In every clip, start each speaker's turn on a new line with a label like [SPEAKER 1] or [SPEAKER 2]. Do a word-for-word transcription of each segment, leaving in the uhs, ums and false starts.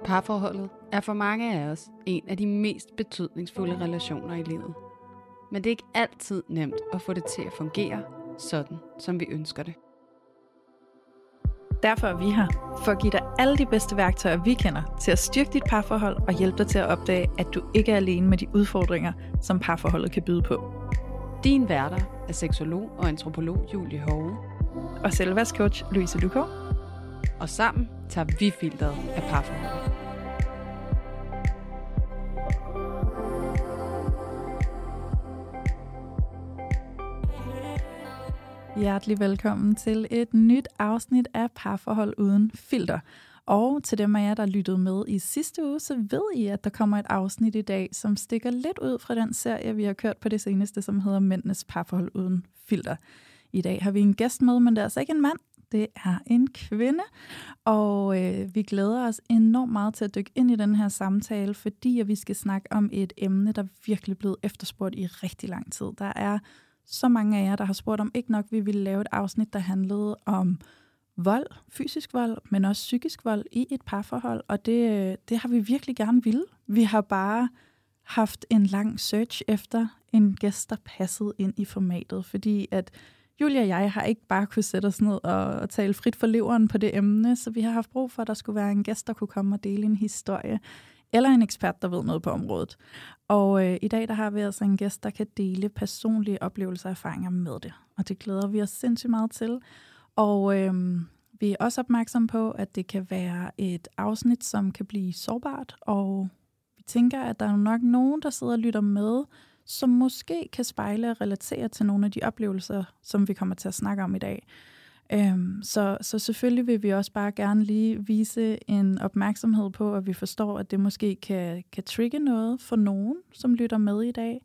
[SPEAKER 1] Parforholdet er for mange af os en af de mest betydningsfulde relationer i livet. Men det er ikke altid nemt at få det til at fungere sådan, som vi ønsker det.
[SPEAKER 2] Derfor er vi her, for at give dig alle de bedste værktøjer, vi kender, til at styrke dit parforhold og hjælpe dig til at opdage, at du ikke er alene med de udfordringer, som parforholdet kan byde på.
[SPEAKER 1] Din værter er seksolog og antropolog Julie Hove.
[SPEAKER 2] Og selvværdscoach Louise Lukov.
[SPEAKER 1] Og sammen tager vi filteret af parforholdet.
[SPEAKER 2] Hjertelig velkommen til et nyt afsnit af Parforhold uden filter. Og til dem af jer, der lyttede med i sidste uge, så ved I, at der kommer et afsnit i dag, som stikker lidt ud fra den serie, vi har kørt på det seneste, som hedder Mændenes Parforhold uden filter. I dag har vi en gæst med, men det er altså ikke en mand, det er en kvinde. Og øh, vi glæder os enormt meget til at dykke ind i den her samtale, fordi at vi skal snakke om et emne, der virkelig er blevet efterspurgt i rigtig lang tid. Der er så mange af jer, der har spurgt om ikke nok, vi ville lave et afsnit, der handlede om vold, fysisk vold, men også psykisk vold i et parforhold, og det, det har vi virkelig gerne ville. Vi har bare haft en lang search efter en gæst, der passede ind i formatet, fordi at Julia og jeg har ikke bare kunne sætte os ned og tale frit for leveren på det emne, så vi har haft brug for, at der skulle være en gæst, der kunne komme og dele en historie, eller en ekspert, der ved noget på området. Og øh, i dag der har vi altså en gæst, der kan dele personlige oplevelser og erfaringer med det. Og det glæder vi os sindssygt meget til. Og øh, vi er også opmærksomme på, at det kan være et afsnit, som kan blive sårbart. Og vi tænker, at der er nok nogen, der sidder og lytter med, som måske kan spejle og relatere til nogle af de oplevelser, som vi kommer til at snakke om i dag. Øhm, så, så selvfølgelig vil vi også bare gerne lige vise en opmærksomhed på, at vi forstår, at det måske kan, kan trigge noget for nogen, som lytter med i dag.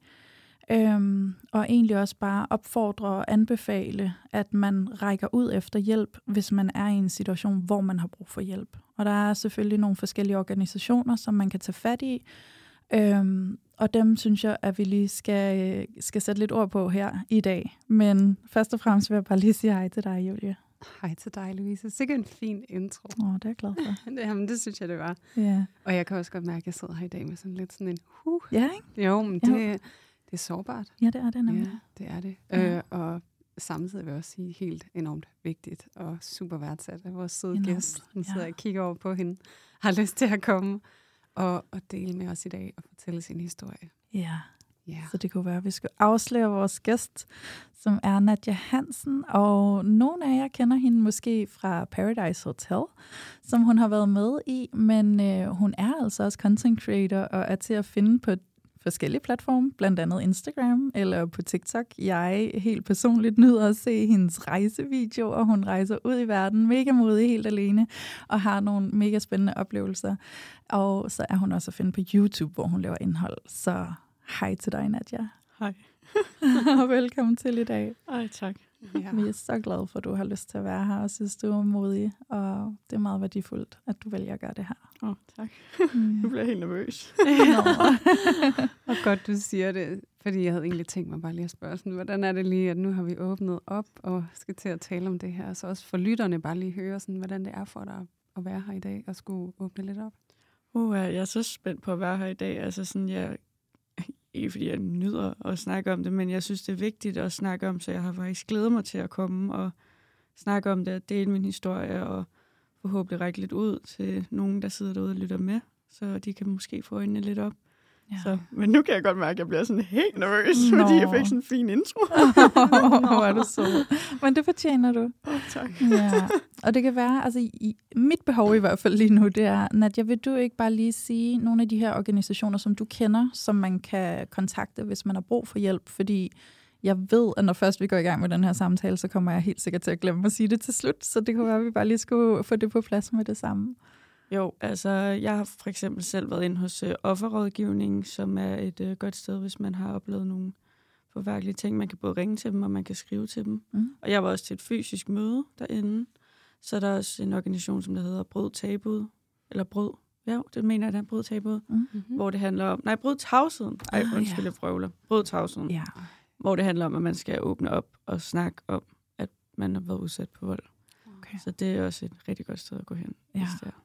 [SPEAKER 2] Øhm, og egentlig også bare opfordre og anbefale, at man rækker ud efter hjælp, hvis man er i en situation, hvor man har brug for hjælp. Og der er selvfølgelig nogle forskellige organisationer, som man kan tage fat i. Øhm, og dem synes jeg, at vi lige skal, skal sætte lidt ord på her i dag. Men først og fremmest vil jeg bare lige sige hej til dig, Julie.
[SPEAKER 1] Hej til dig, Louise. Sikke en fin intro.
[SPEAKER 2] Åh, oh, det er jeg glad for.
[SPEAKER 1] Jamen, det synes jeg, det var.
[SPEAKER 2] Yeah.
[SPEAKER 1] Og jeg kan også godt mærke, at jeg sidder her i dag med sådan lidt sådan en huh.
[SPEAKER 2] Ja, ikke?
[SPEAKER 1] Jo, men det, det er sårbart.
[SPEAKER 2] Ja, det er det nemlig.
[SPEAKER 1] Ja, det er det.
[SPEAKER 2] Ja.
[SPEAKER 1] Øh, og samtidig vil jeg også sige helt enormt vigtigt og super værdsat af vores søde
[SPEAKER 2] Enormt.
[SPEAKER 1] gæst. Nu sidder
[SPEAKER 2] Ja.
[SPEAKER 1] jeg og kigger over på hende. Har lyst til at komme og, og dele med os i dag og fortælle sin historie.
[SPEAKER 2] Ja,
[SPEAKER 1] Ja.
[SPEAKER 2] så det kunne være, at vi skulle afsløre vores gæst, som er Nadia Hansen. Og nogle af jer kender hende måske fra Paradise Hotel, som hun har været med i. Men øh, hun er altså også content creator og er til at finde på forskellige platforme, blandt andet Instagram eller på TikTok. Jeg helt personligt nyder at se hendes rejsevideoer. Hun rejser ud i verden, mega modig, helt alene, og har nogle mega spændende oplevelser. Og så er hun også at finde på YouTube, hvor hun laver indhold. Så hej til dig, Nadia.
[SPEAKER 3] Hej.
[SPEAKER 2] Og velkommen til i dag.
[SPEAKER 3] Ej, tak.
[SPEAKER 1] Ja.
[SPEAKER 2] Vi er så glade for, at du har lyst til at være her, og synes, du er modig. Og det er meget værdifuldt, at du vælger at gøre det her.
[SPEAKER 3] Åh, oh, tak.
[SPEAKER 2] Mm.
[SPEAKER 3] Nu bliver jeg helt nervøs.
[SPEAKER 1] Og godt, du siger det, fordi jeg havde egentlig tænkt mig bare lige at spørge sådan, hvordan er det lige, at nu har vi åbnet op og skal til at tale om det her, så også for lytterne bare lige høre, sådan, hvordan det er for dig at være her i dag og skulle åbne lidt op.
[SPEAKER 3] Uh, jeg er så spændt på at være her i dag. Altså sådan, jeg, ikke fordi jeg nyder at snakke om det, men jeg synes, det er vigtigt at snakke om, så jeg har faktisk glædet mig til at komme og snakke om det, og dele min historie, og forhåbentlig række lidt ud til nogen, der sidder derude og lytter med, så de kan måske få øjnene lidt op.
[SPEAKER 2] Ja.
[SPEAKER 3] Så, men nu kan jeg godt mærke, at jeg bliver sådan helt nervøs,
[SPEAKER 2] Nå.
[SPEAKER 3] fordi jeg fik sådan en fin intro.
[SPEAKER 2] Hvor er du så. Men det fortjener du.
[SPEAKER 3] Oh, tak.
[SPEAKER 2] Ja. Og det kan være, altså i, mit behov i hvert fald lige nu, det er, Nadia, vil du ikke bare lige sige nogle af de her organisationer, som du kender, som man kan kontakte, hvis man har brug for hjælp? Fordi jeg ved, at når først vi går i gang med den her samtale, så kommer jeg helt sikkert til at glemme at sige det til slut. Så det kunne være, at vi bare lige skulle få det på plads med det samme.
[SPEAKER 3] Jo, altså jeg har for eksempel selv været inde hos øh, offerrådgivning, som er et øh, godt sted, hvis man har oplevet nogle forfærdelige ting. Man kan både ringe til dem, og man kan skrive til dem.
[SPEAKER 2] Mm.
[SPEAKER 3] Og jeg var også til et fysisk møde derinde. Så er der også en organisation, som der hedder Brød Tabuet. Eller Brød. Ja, det mener jeg, der er Brød Tabuet.
[SPEAKER 2] Mm-hmm.
[SPEAKER 3] Hvor det handler om... Nej, Brød Tavsheden. Ej,
[SPEAKER 2] Ah,
[SPEAKER 3] undskyld,
[SPEAKER 2] ja.
[SPEAKER 3] jeg frøvler. Brød Tavsheden.
[SPEAKER 2] Ja.
[SPEAKER 3] Hvor det handler om, at man skal åbne op og snakke om, at man har været udsat på vold.
[SPEAKER 2] Okay.
[SPEAKER 3] Så det er også et rigtig godt sted at gå hen.
[SPEAKER 2] Ja.
[SPEAKER 3] hvis det er.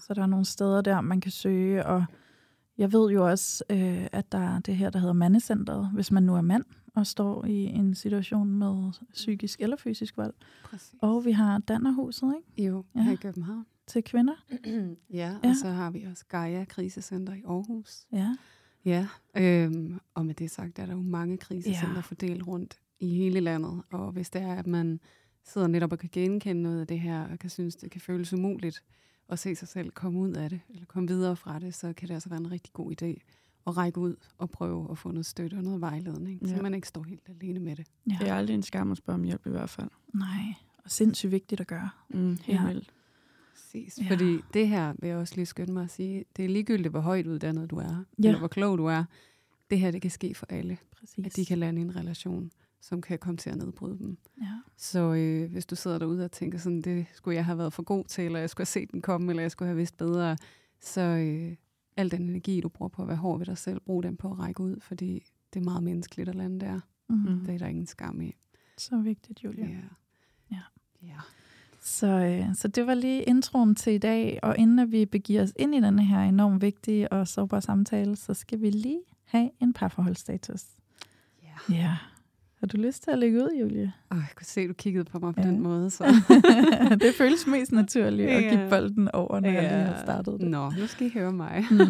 [SPEAKER 2] Så der er nogle steder der, man kan søge, og jeg ved jo også, øh, at der er det her, der hedder mandecenteret, hvis man nu er mand og står i en situation med psykisk eller fysisk vold.
[SPEAKER 1] Præcis.
[SPEAKER 2] Og vi har Dannerhuset, ikke?
[SPEAKER 1] Jo,
[SPEAKER 2] Ja.
[SPEAKER 1] her i København.
[SPEAKER 2] Til kvinder.
[SPEAKER 1] Ja, og
[SPEAKER 2] Ja.
[SPEAKER 1] så har vi også Gaia Krisecenter i Aarhus.
[SPEAKER 2] Ja.
[SPEAKER 1] Ja, øhm, og med det sagt er der jo mange krisecenter
[SPEAKER 2] Ja.
[SPEAKER 1] fordelt rundt i hele landet. Og hvis det er, at man sidder netop og kan genkende noget af det her, og kan synes, det kan føles umuligt at se sig selv komme ud af det, eller komme videre fra det, så kan det altså være en rigtig god idé at række ud og prøve at få noget støtte og noget vejledning, ja. så man ikke står helt alene med det.
[SPEAKER 2] Ja.
[SPEAKER 3] Det er aldrig en skam at spørge om hjælp i hvert fald.
[SPEAKER 2] Nej, og sindssygt vigtigt at gøre.
[SPEAKER 3] Mm, helt
[SPEAKER 2] Ja.
[SPEAKER 3] vildt.
[SPEAKER 1] Præcis.
[SPEAKER 2] Ja.
[SPEAKER 1] Fordi det her vil jeg også lige skynde mig at sige, det er ligegyldigt, hvor højt uddannet du er,
[SPEAKER 2] Ja.
[SPEAKER 1] eller hvor klog du er. Det her, det kan ske for alle.
[SPEAKER 2] Præcis.
[SPEAKER 1] At de kan lande i en relation, som kan komme til at nedbryde dem.
[SPEAKER 2] Ja.
[SPEAKER 1] Så øh, hvis du sidder derude og tænker sådan, det skulle jeg have været for god til, eller jeg skulle have set den komme, eller jeg skulle have vidst bedre, så øh, al den energi, du bruger på at være hård ved dig selv, brug den på at række ud, fordi det er meget menneskeligt at lande der.
[SPEAKER 2] Mm-hmm.
[SPEAKER 1] Det er der ingen skam i.
[SPEAKER 2] Så vigtigt, Julia.
[SPEAKER 1] Ja.
[SPEAKER 2] Ja.
[SPEAKER 1] Ja.
[SPEAKER 2] Så, øh, så det var lige introen til i dag, og inden at vi begiver os ind i denne her enormt vigtige og sårbare samtale, så skal vi lige have en parforholdsstatus.
[SPEAKER 1] Ja.
[SPEAKER 2] Ja. Har du lyst til at lægge ud, Julie?
[SPEAKER 1] Oh, jeg kunne se, at du kiggede på mig på
[SPEAKER 2] Ja.
[SPEAKER 1] den måde. Så.
[SPEAKER 2] Det føles mest naturligt at give
[SPEAKER 1] Ja.
[SPEAKER 2] bolden over, når ja. jeg lige har startet det.
[SPEAKER 1] Nå, nu skal I høre mig.
[SPEAKER 2] Mm.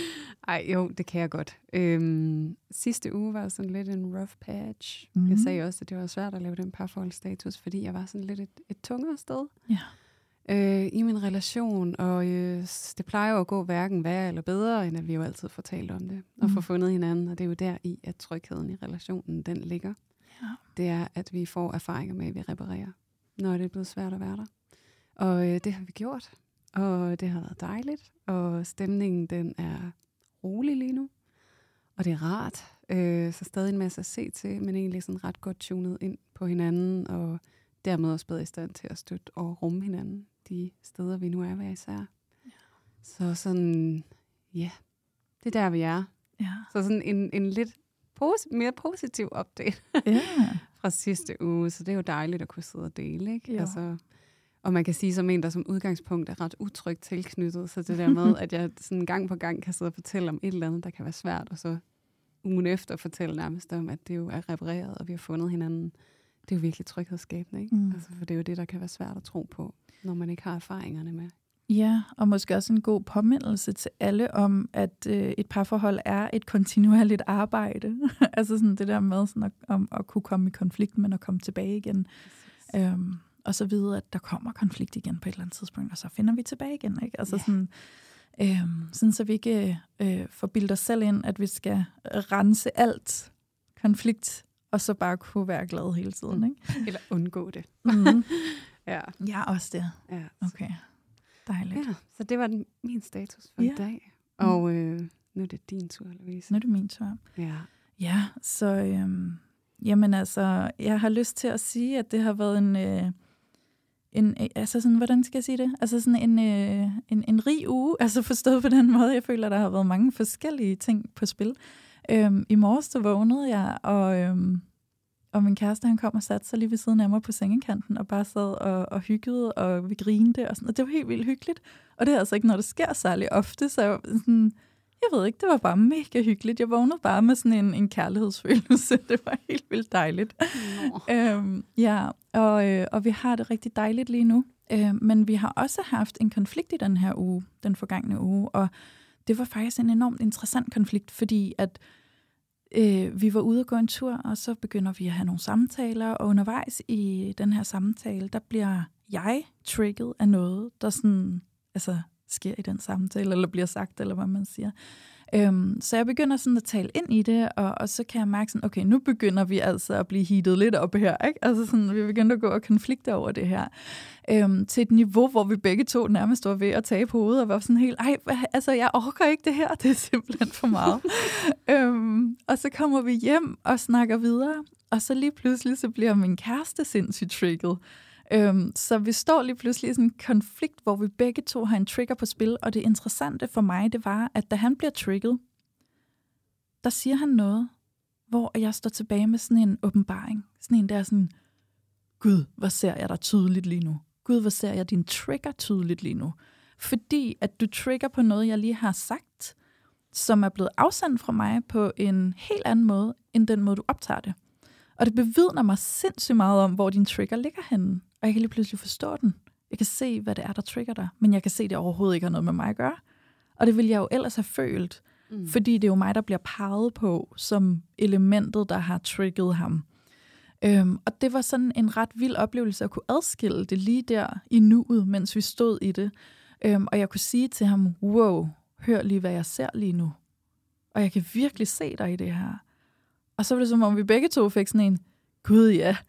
[SPEAKER 1] Ej, jo, det kan jeg godt. Øhm, sidste uge var sådan lidt en rough patch.
[SPEAKER 2] Mhm.
[SPEAKER 1] Mm. Jeg sagde også, at det var svært at lave den parforholdsstatus, fordi jeg var sådan lidt et, et tungere sted
[SPEAKER 2] Ja.
[SPEAKER 1] øh, i min relation. Og øh, det plejer jo at gå hverken værre eller bedre, end at vi jo altid får talt om det. Og
[SPEAKER 2] Mhm.
[SPEAKER 1] får fundet hinanden. Og det er jo der i, at trygheden i relationen, den ligger.
[SPEAKER 2] Ja.
[SPEAKER 1] Det er, at vi får erfaringer med, at vi reparerer, når det er blevet svært at være der. Og øh, det har vi gjort. Og det har været dejligt. Og stemningen, den er rolig lige nu. Og det er rart. Øh, så stadig en masse at se til, men egentlig sådan ret godt tunet ind på hinanden, og dermed også bedre i stand til at støtte og rumme hinanden de steder, vi nu er hver især.
[SPEAKER 2] Ja.
[SPEAKER 1] Så sådan, ja, det er der, vi er.
[SPEAKER 2] Ja.
[SPEAKER 1] Så sådan en, en lidt pos- mere positiv update
[SPEAKER 2] Ja.
[SPEAKER 1] fra sidste uge, så det er jo dejligt at kunne sidde og dele, ikke?
[SPEAKER 2] Jo.
[SPEAKER 1] Altså, og man kan sige som en, der som udgangspunkt er ret utrygt tilknyttet, så det der med, at jeg sådan gang på gang kan sidde og fortælle om et eller andet, der kan være svært, og så ugen efter fortælle nærmest om, at det jo er repareret, og vi har fundet hinanden. Det er jo virkelig tryghedsskabende, ikke?
[SPEAKER 2] Mm.
[SPEAKER 1] Altså, for det er jo det, der kan være svært at tro på, når man ikke har erfaringerne med.
[SPEAKER 2] Ja, og måske også en god påmindelse til alle om, at øh, et parforhold er et kontinuerligt arbejde. Altså sådan det der med sådan at, om at kunne komme i konflikt, men at komme tilbage igen. Øhm, og så vide, at der kommer konflikt igen på et eller andet tidspunkt, og så finder vi tilbage igen. Ikke? Altså
[SPEAKER 1] Ja.
[SPEAKER 2] sådan, øhm, sådan, så vi ikke øh, forbilder os selv ind, at vi skal rense alt konflikt, og så bare kunne være glade hele tiden. Ikke?
[SPEAKER 1] Eller undgå det.
[SPEAKER 2] Mm.
[SPEAKER 1] Ja.
[SPEAKER 2] Ja, også det.
[SPEAKER 1] Ja.
[SPEAKER 2] Okay, dejligt.
[SPEAKER 1] Ja, så det var den, min status for
[SPEAKER 2] Ja.
[SPEAKER 1] i dag. Og øh, nu er det din tur, Louise.
[SPEAKER 2] Nu er det min tur.
[SPEAKER 1] Ja.
[SPEAKER 2] Ja, så øhm, jamen altså, jeg har lyst til at sige, at det har været en, øh, en øh, altså sådan, hvordan skal jeg sige det? Altså sådan en, øh, en, en rig uge, altså forstået på den måde. Jeg føler, der har været mange forskellige ting på spil. Øhm, I morges så vågnede jeg, og, øhm, og min kæreste, han kom og satte sig lige ved siden af mig på sengekanten, og bare sad og, og hyggede, og vi grinede, og sådan, og det var helt vildt hyggeligt. Og det er altså ikke noget, der sker særlig ofte, så jeg, sådan, jeg ved ikke, det var bare mega hyggeligt. Jeg vågnede bare med sådan en, en kærlighedsfølelse. Det var helt vildt dejligt. Øhm, ja, og, øh, og vi har det rigtig dejligt lige nu. Øh, men vi har også haft en konflikt i den her uge, den forgangne uge, og det var faktisk en enormt interessant konflikt, fordi at øh, vi var ude og gå en tur, og så begynder vi at have nogle samtaler, og undervejs i den her samtale, der bliver jeg trigget af noget, der sådan, altså sker i den samtale, eller bliver sagt, eller hvad man siger. Øhm, så jeg begynder sådan at tale ind i det, og, og så kan jeg mærke sådan, okay, nu begynder vi altså at blive heatet lidt op her, ikke? Altså sådan, vi begynder at gå og konflikte over det her. Øhm, til et niveau, hvor vi begge to nærmest var ved at tabe hovedet, og var sådan helt, ej, hvad, altså jeg orker ikke det her, det er simpelthen for meget. øhm, og så kommer vi hjem og snakker videre, og så lige pludselig, så bliver min kæreste sindssygt trigget. Øhm, så vi står lige pludselig i sådan en konflikt, hvor vi begge to har en trigger på spil, og det interessante for mig, det var, at da han bliver trigget, der siger han noget, hvor jeg står tilbage med sådan en åbenbaring. Sådan en der sådan, Gud, hvor ser jeg dig tydeligt lige nu. Gud, hvor ser jeg din trigger tydeligt lige nu. fordi at du trigger på noget, jeg lige har sagt, som er blevet afsendt fra mig på en helt anden måde, end den måde, du optager det. Og det bevidner mig sindssygt meget om, hvor din trigger ligger henne. Og jeg kan lige pludselig forstå den. Jeg kan se, hvad det er, der trigger dig. Men jeg kan se, at det overhovedet ikke har noget med mig at gøre. Og det vil jeg jo ellers have følt. Mm. Fordi det er jo mig, der bliver peget på som elementet, der har trigget ham. Øhm, og det var sådan en ret vild oplevelse at kunne adskille det lige der i nuet, mens vi stod i det. Øhm, og jeg kunne sige til ham, wow, hør lige, hvad jeg ser lige nu. Og jeg kan virkelig se dig i det her. Og så var det som om, vi begge to fik sådan en, gud ja.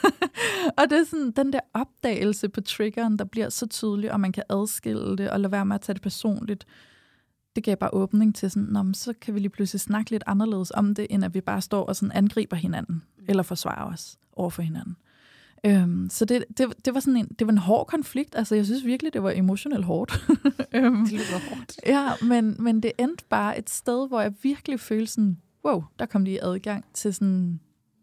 [SPEAKER 2] Og det er sådan den der opdagelse på triggeren, der bliver så tydelig, og man kan adskille det, og lade være med at tage det personligt. Det gav bare åbning til sådan, nå, så kan vi lige pludselig snakke lidt anderledes om det, end at vi bare står og sådan angriber hinanden, eller forsvarer os over for hinanden. Øhm, så det, det, det var sådan en, det var en hård konflikt. Altså, jeg synes virkelig, det var emotionelt hårdt. øhm,
[SPEAKER 1] Det lyder hårdt.
[SPEAKER 2] Ja, men, men det endte bare et sted, hvor jeg virkelig følte sådan, wow, der kom lige adgang til sådan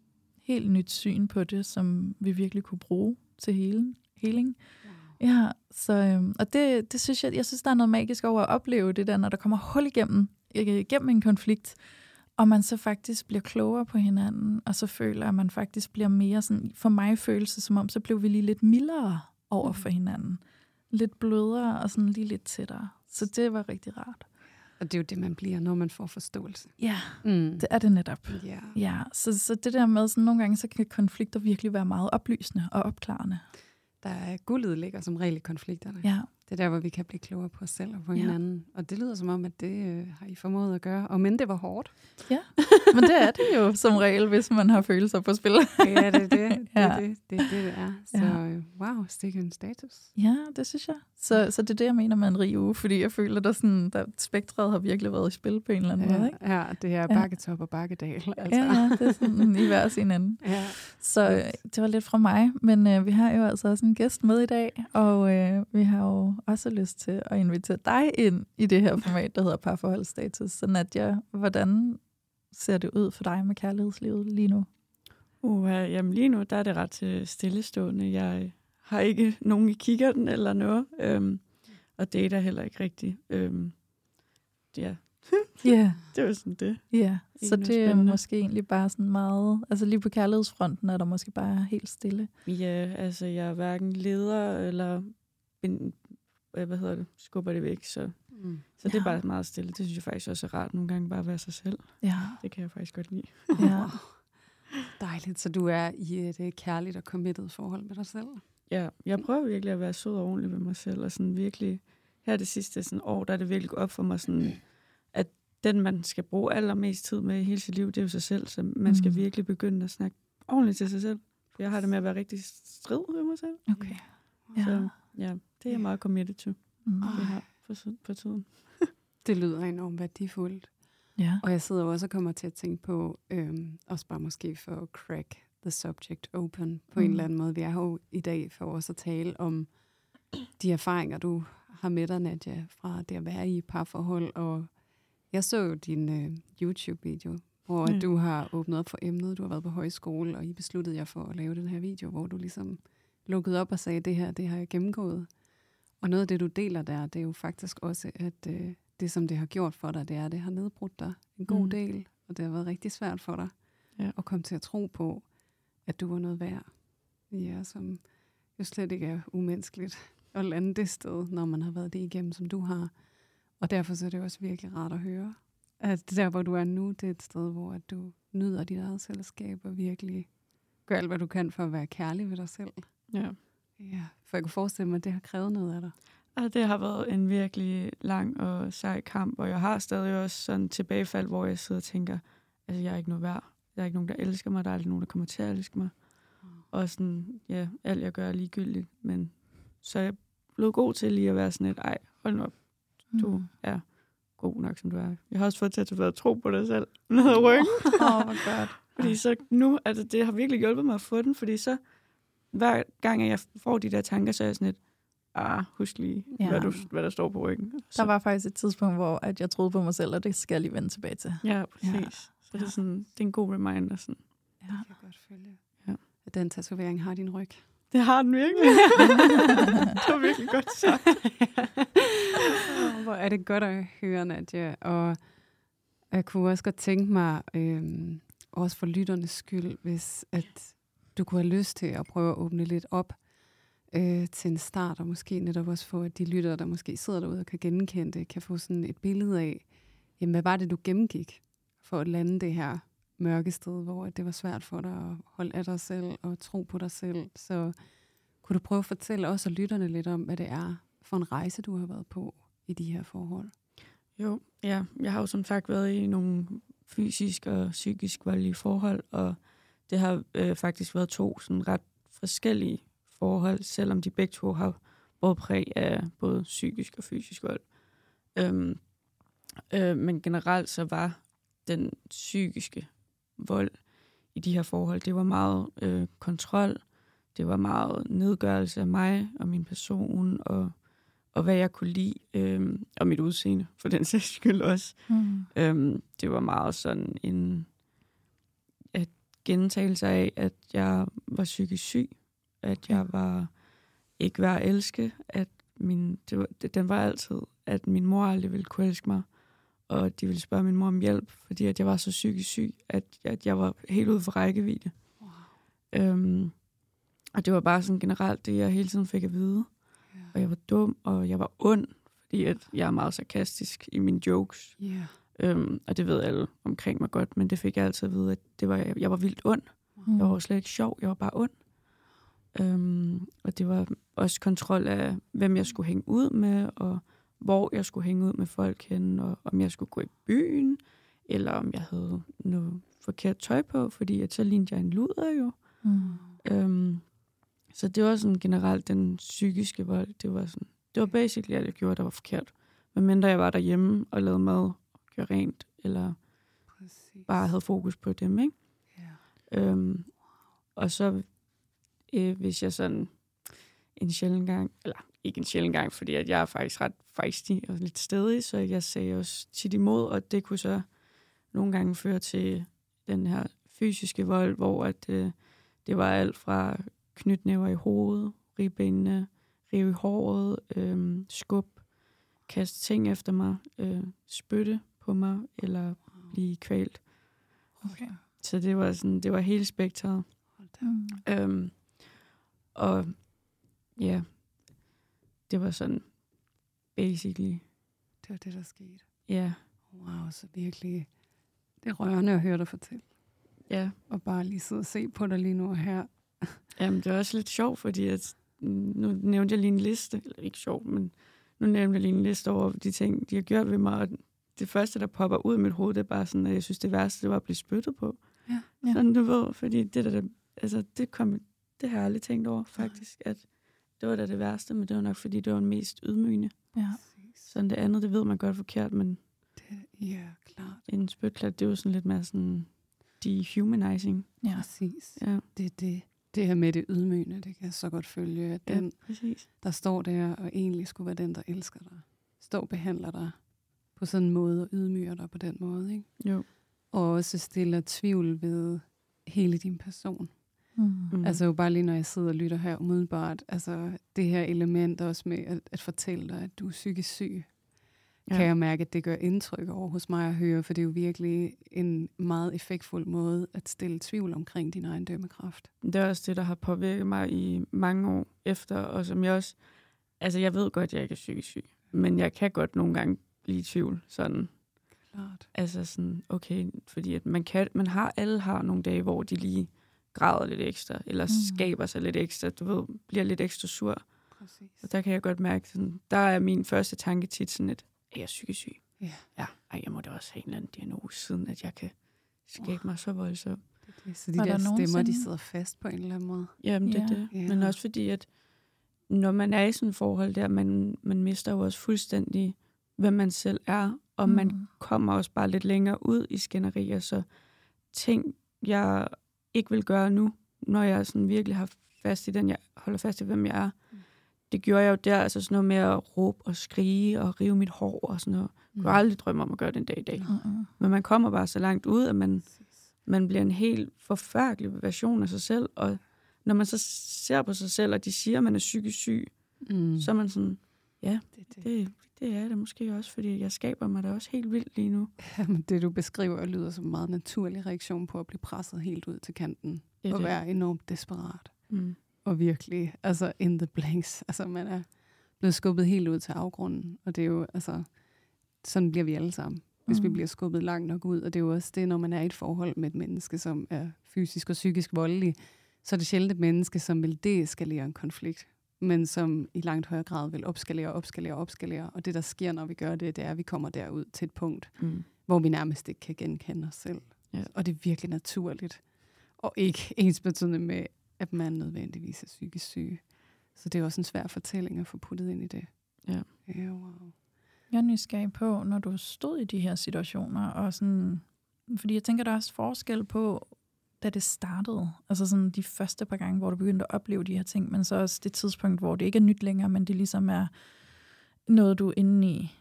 [SPEAKER 2] helt nyt syn på det, som vi virkelig kunne bruge til healing. healing. Ja, så, øhm, og det, det synes jeg, jeg synes, der er noget magisk over at opleve det der, når der kommer hul igennem, igennem en konflikt, og man så faktisk bliver klogere på hinanden, og så føler, at man faktisk bliver mere sådan, for mig følelse som om, så blev vi lige lidt mildere over for hinanden. Lidt blødere og sådan lige lidt tættere. Så det var rigtig rart.
[SPEAKER 1] Og det er jo det, man bliver, når man får forståelse.
[SPEAKER 2] Ja,
[SPEAKER 1] mm.
[SPEAKER 2] det er det netop.
[SPEAKER 1] Yeah.
[SPEAKER 2] Ja, så, så det der med, sådan nogle gange, så kan konflikter virkelig være meget oplysende og opklarende.
[SPEAKER 1] Der er guldet ligger som regel i konflikterne.
[SPEAKER 2] Ja.
[SPEAKER 1] Det er der, hvor vi kan blive klogere på os selv og på
[SPEAKER 2] Ja.
[SPEAKER 1] hinanden. Og det lyder som om, at det øh, har I formået at gøre. Og men det var hårdt.
[SPEAKER 2] Ja, men det er det jo som regel, hvis man har følelser på spil.
[SPEAKER 1] Ja, det er det. Det
[SPEAKER 2] Ja.
[SPEAKER 1] er det, det, er det, det er. Så
[SPEAKER 2] Ja.
[SPEAKER 1] øh, wow, stikke en status.
[SPEAKER 2] Ja, det synes jeg. Så, så det er det, jeg mener med en rig uge, fordi jeg føler, at sådan, der, spektret har virkelig været i spil på en eller anden
[SPEAKER 1] Ja,
[SPEAKER 2] måde. Ikke?
[SPEAKER 1] ja, det er bakketop og bakkedal. Altså.
[SPEAKER 2] Ja, ja, det er sådan i hver sin ende.
[SPEAKER 1] Ja.
[SPEAKER 2] Så øh, det var lidt fra mig, men øh, vi har jo altså også en gæst med i dag, og øh, vi har jo også lyst til at invitere dig ind i det her format, der hedder Parforholdsstatus. Så Nadia, hvordan ser det ud for dig med kærlighedslivet lige nu?
[SPEAKER 3] Uh, jamen lige nu, der er det ret uh, stillestående. Jeg har ikke nogen i kikkerten eller noget, øhm, og det er der heller ikke rigtigt. Øhm, ja,
[SPEAKER 2] Ja, yeah.
[SPEAKER 3] det var sådan det.
[SPEAKER 2] Yeah. Så
[SPEAKER 3] Ikke
[SPEAKER 2] det er
[SPEAKER 3] spændende.
[SPEAKER 2] måske egentlig bare sådan meget, altså lige på kærlighedsfronten er der måske bare helt stille.
[SPEAKER 3] Ja, altså jeg er hverken leder eller ben, hvad hedder det, skubber det væk, så,
[SPEAKER 1] Mm.
[SPEAKER 3] så det er
[SPEAKER 2] Ja.
[SPEAKER 3] bare meget stille. Det synes jeg faktisk også er rart nogle gange bare at være sig selv.
[SPEAKER 2] Ja,
[SPEAKER 3] Det kan jeg faktisk godt lide.
[SPEAKER 2] ja.
[SPEAKER 1] Oh, dejligt. Så du er i et øh, kærligt og committed forhold med dig selv?
[SPEAKER 3] Ja, jeg prøver virkelig at være sød og ordentlig ved mig selv, og sådan virkelig, her det sidste sådan år, der er det virkelig gået op for mig, sådan, at den, man skal bruge allermest tid med i hele sit liv, det er jo sig selv, så man skal
[SPEAKER 2] Mm.
[SPEAKER 3] virkelig begynde at snakke ordentligt til sig selv. For jeg har det med at være rigtig strid ved mig selv.
[SPEAKER 2] Okay. Ja.
[SPEAKER 3] Så ja, det er jeg meget committed til,
[SPEAKER 2] Mm.
[SPEAKER 3] det her på, på tiden.
[SPEAKER 1] Det lyder enormt værdifuldt.
[SPEAKER 2] Ja.
[SPEAKER 1] Og jeg sidder også og kommer til at tænke på, øhm, også bare måske for at crack the subject open på mm. en eller anden måde. Vi er jo i dag for også at tale om de erfaringer, du har med dig, Nadia, fra det at være i parforhold. Og jeg så jo din øh, YouTube-video, hvor
[SPEAKER 3] Ja.
[SPEAKER 1] du har åbnet op for emnet. Du har været på højskole, og I besluttede jer for at lave den her video, hvor du ligesom lukkede op og sagde, det her, det har jeg gennemgået. Og noget af det, du deler der, det er jo faktisk også, at øh, det, som det har gjort for dig, det er, at det har nedbrudt dig en god
[SPEAKER 3] Mm.
[SPEAKER 1] del. Og det har været rigtig svært for dig
[SPEAKER 3] Ja.
[SPEAKER 1] at komme til at tro på, at du var noget værd. Ja, som jo slet ikke er umenneskeligt at lande det sted, når man har været det igennem, som du har. Og derfor så er det også virkelig rart at høre, at det der, hvor du er nu, det er et sted, hvor at du nyder dit eget selskab og virkelig gør alt, hvad du kan for at være kærlig ved dig selv.
[SPEAKER 3] Ja.
[SPEAKER 1] Ja, for jeg kunne forestille mig, at det har krævet noget af dig.
[SPEAKER 3] Og det har været en virkelig lang og sej kamp, og jeg har stadig også sådan et tilbagefald, hvor jeg sidder og tænker, altså jeg er ikke noget værd. Der er ikke nogen, der elsker mig, der er aldrig nogen, der kommer til at elske mig. Og sådan, ja, alt jeg gør er ligegyldigt, men så er jeg blevet god til lige at være sådan et, ej, hold nu op, du
[SPEAKER 2] Mm.
[SPEAKER 3] er god nok, som du er. Jeg har også fået til at tro på dig selv, ned ad ryggen.
[SPEAKER 2] Åh, oh, hvor godt.
[SPEAKER 3] Fordi så nu, altså det har virkelig hjulpet mig at få den, fordi så hver gang, jeg får de der tanker, så er jeg sådan et, ah, husk lige,
[SPEAKER 2] Ja.
[SPEAKER 3] ja. hvad, du, hvad der står på ryggen. Så,
[SPEAKER 2] Der var faktisk et tidspunkt, hvor at jeg troede på mig selv, og det skal jeg lige vende tilbage til.
[SPEAKER 3] ja, præcis.
[SPEAKER 2] Ja.
[SPEAKER 3] Ja. Så det er, sådan, det er en god reminder. Sådan.
[SPEAKER 2] Ja.
[SPEAKER 1] Det kan jeg godt følge.
[SPEAKER 3] Ja.
[SPEAKER 1] At den tatovering har din ryg.
[SPEAKER 3] Det har den virkelig. Det var virkelig godt sagt.
[SPEAKER 1] er det godt at høre, Nadia. Og jeg kunne også godt tænke mig, øhm, også for lytternes skyld, hvis at du kunne have lyst til at prøve at åbne lidt op øh, til en start, og måske netop også få, at de lyttere, der måske sidder derude og kan genkende det, kan få sådan et billede af, jamen, hvad var det, du gennemgik for at lande det her mørke sted, hvor det var svært for dig at holde af dig selv og tro på dig selv. Så kunne du prøve at fortælle os og lytterne lidt om, hvad det er for en rejse, du har været på i de her forhold?
[SPEAKER 3] Jo, ja. Jeg har jo som sagt været i nogle fysisk og psykisk voldelige forhold, og det har øh, faktisk været to sådan ret forskellige forhold, selvom de begge to har været præg af både psykisk og fysisk vold. Øhm, øh, men generelt så var den psykiske vold i de her forhold, det var meget øh, kontrol, det var meget nedgørelse af mig og min person, og, og hvad jeg kunne lide, øh, og mit udseende, for den sags skyld også. Mm. Øhm, det var meget sådan en at gentagelse af, at jeg var psykisk syg, at jeg var ikke værd at elske, at min, det var, det, den var altid, at min mor aldrig ville kunne elske mig, og de ville spørge min mor om hjælp, fordi at jeg var så psykisk syg, at, at jeg var helt ude for rækkevidde. Wow. Øhm, og det var bare sådan generelt det, jeg hele tiden fik at vide. Yeah. Og jeg var dum, og jeg var ond, fordi at jeg er meget sarkastisk i mine jokes. Yeah. Øhm, og det ved alle omkring mig godt, men det fik jeg altid at vide, at det var, jeg, jeg var vildt ond. Mm. Jeg var slet ikke sjov, jeg var bare ond. Øhm, og det var også kontrol af, hvem jeg skulle hænge ud med, og hvor jeg skulle hænge ud med folk hen, og om jeg skulle gå i byen, eller om jeg havde noget forkert tøj på, fordi at så lignede jeg en luder jo. Mm. Øhm, så det var sådan generelt den psykiske vold. Det var sådan, det var basically alt, jeg gjorde, der var forkert. Men mindre jeg var derhjemme og lavede mad, og gjorde rent, eller Præcis. Bare havde fokus på dem, ikke? Yeah. Øhm, og så øh, hvis jeg sådan en sjælden gang, eller ikke en sjælden gang, fordi at jeg er faktisk ret fejstig og lidt stedig, så jeg sagde også tit imod, og det kunne så nogle gange føre til den her fysiske vold, hvor at, øh, det var alt fra knytnæver i hovedet, ribbenene, rive i håret, øh, skub, kaste ting efter mig, øh, spytte på mig, eller blive kvalt. Okay. Så det var sådan, det var hele spektret. Mm. Øhm, og ja, det var sådan basically.
[SPEAKER 1] Det var det, der skete.
[SPEAKER 3] Ja.
[SPEAKER 1] Wow, så virkelig, det er rørende at høre dig fortælle.
[SPEAKER 3] Ja.
[SPEAKER 1] Og bare lige sidde og se på dig lige nu og her.
[SPEAKER 3] Jamen, det var også lidt sjovt, fordi at, nu nævnte jeg lige en liste, eller ikke sjovt, men nu nævnte jeg lige en liste over de ting, de har gjort ved mig, og det første, der popper ud i mit hoved, det er bare sådan, at jeg synes, det værste, det var at blive spyttet på. Ja. Ja. Sådan, du ved, fordi det der, altså, det kom, det har jeg aldrig tænkt over, faktisk, at det var da det værste, men det var nok, fordi det var den mest ydmygende. Ja. Sådan det andet, det ved man godt forkert, men
[SPEAKER 1] det, ja, klart.
[SPEAKER 3] En spytklat, det er jo sådan lidt mere sådan dehumanizing.
[SPEAKER 1] Ja, præcis. Ja. Det er det. Det her med det ydmygende, det kan jeg så godt følge, at den, ja, der står der og egentlig skulle være den, der elsker dig, står og behandler dig på sådan en måde og ydmyger dig på den måde, ikke?
[SPEAKER 3] Jo.
[SPEAKER 1] Og også stiller tvivl ved hele din person. Mm. Altså jo bare lige når jeg sidder og lytter her umiddelbart, altså det her element også med at, at fortælle dig, at du er psykisk syg, ja, kan jeg mærke, at det gør indtryk over hos mig at høre, for det er jo virkelig en meget effektfuld måde at stille tvivl omkring din egen dømmekraft.
[SPEAKER 3] Det er også det, der har påvirket mig i mange år efter, og som jeg også, altså jeg ved godt, at jeg ikke er psykisk syg, men jeg kan godt nogle gange blive i tvivl, sådan.
[SPEAKER 1] Klart.
[SPEAKER 3] Altså sådan, okay, fordi at man kan, man har, alle har nogle dage, hvor de lige græder lidt ekstra, eller mm. skaber sig lidt ekstra, du ved, bliver lidt ekstra sur.
[SPEAKER 1] Præcis.
[SPEAKER 3] Og der kan jeg godt mærke, sådan, der er min første tanke tit sådan, at er jeg psykisk syg?
[SPEAKER 1] Ja.
[SPEAKER 3] Ja, ej, jeg må da også have en eller anden diagnose, siden at jeg kan skabe wow. mig så voldsomt.
[SPEAKER 1] Det det. Så de der, der stemmer, sådan? De sidder fast på en eller anden måde.
[SPEAKER 3] Jamen, det er ja. det. Ja. Men også fordi, at når man er i sådan et forhold der, man, man mister jo også fuldstændig, hvem man selv er, og mm. man kommer også bare lidt længere ud i skænderier, så ting, jeg ikke vil gøre nu, når jeg sådan virkelig har fast i den, jeg holder fast i, hvem jeg er. Mm. Det gjorde jeg jo der, altså sådan noget med at råbe og skrige og rive mit hår og sådan noget. Jeg kunne aldrig drømme om at gøre det en dag i dag. Mm. Men man kommer bare så langt ud, at man, man bliver en helt forfærdelig version af sig selv, og når man så ser på sig selv, og de siger, at man er psykisk syg, mm. så er man sådan, Ja, det, det. Det, det er det måske også, fordi jeg skaber mig da også helt vildt lige nu.
[SPEAKER 1] Jamen, det, du beskriver, lyder som en meget naturlig reaktion på at blive presset helt ud til kanten. Det og det. Være enormt desperat.
[SPEAKER 3] Mm.
[SPEAKER 1] Og virkelig, altså in the blanks. Altså, man er blevet skubbet helt ud til afgrunden. Og det er jo, altså, sådan bliver vi alle sammen, hvis mm. vi bliver skubbet langt nok ud. Og det er jo også det, når man er i et forhold med et menneske, som er fysisk og psykisk voldelig, så er det sjældent et menneske, som vil deeskalere en konflikt, men som i langt højere grad vil opskalere, opskalere, opskalere. Og det, der sker, når vi gør det, det er, at vi kommer derud til et punkt, mm. hvor vi nærmest ikke kan genkende os selv. Ja. Og det er virkelig naturligt. Og ikke ensbetydende med, at man nødvendigvis er psykisk syg. Så det er også en svær fortælling at få puttet ind i det.
[SPEAKER 3] Ja.
[SPEAKER 1] Ja, wow.
[SPEAKER 2] Jeg er nysgerrig på, når du stod i de her situationer, og sådan, fordi jeg tænker, der er også forskel på, da det startede, altså sådan de første par gange, hvor du begyndte at opleve de her ting, men så også det tidspunkt, hvor det ikke er nyt længere, men det ligesom er noget, du er inde i,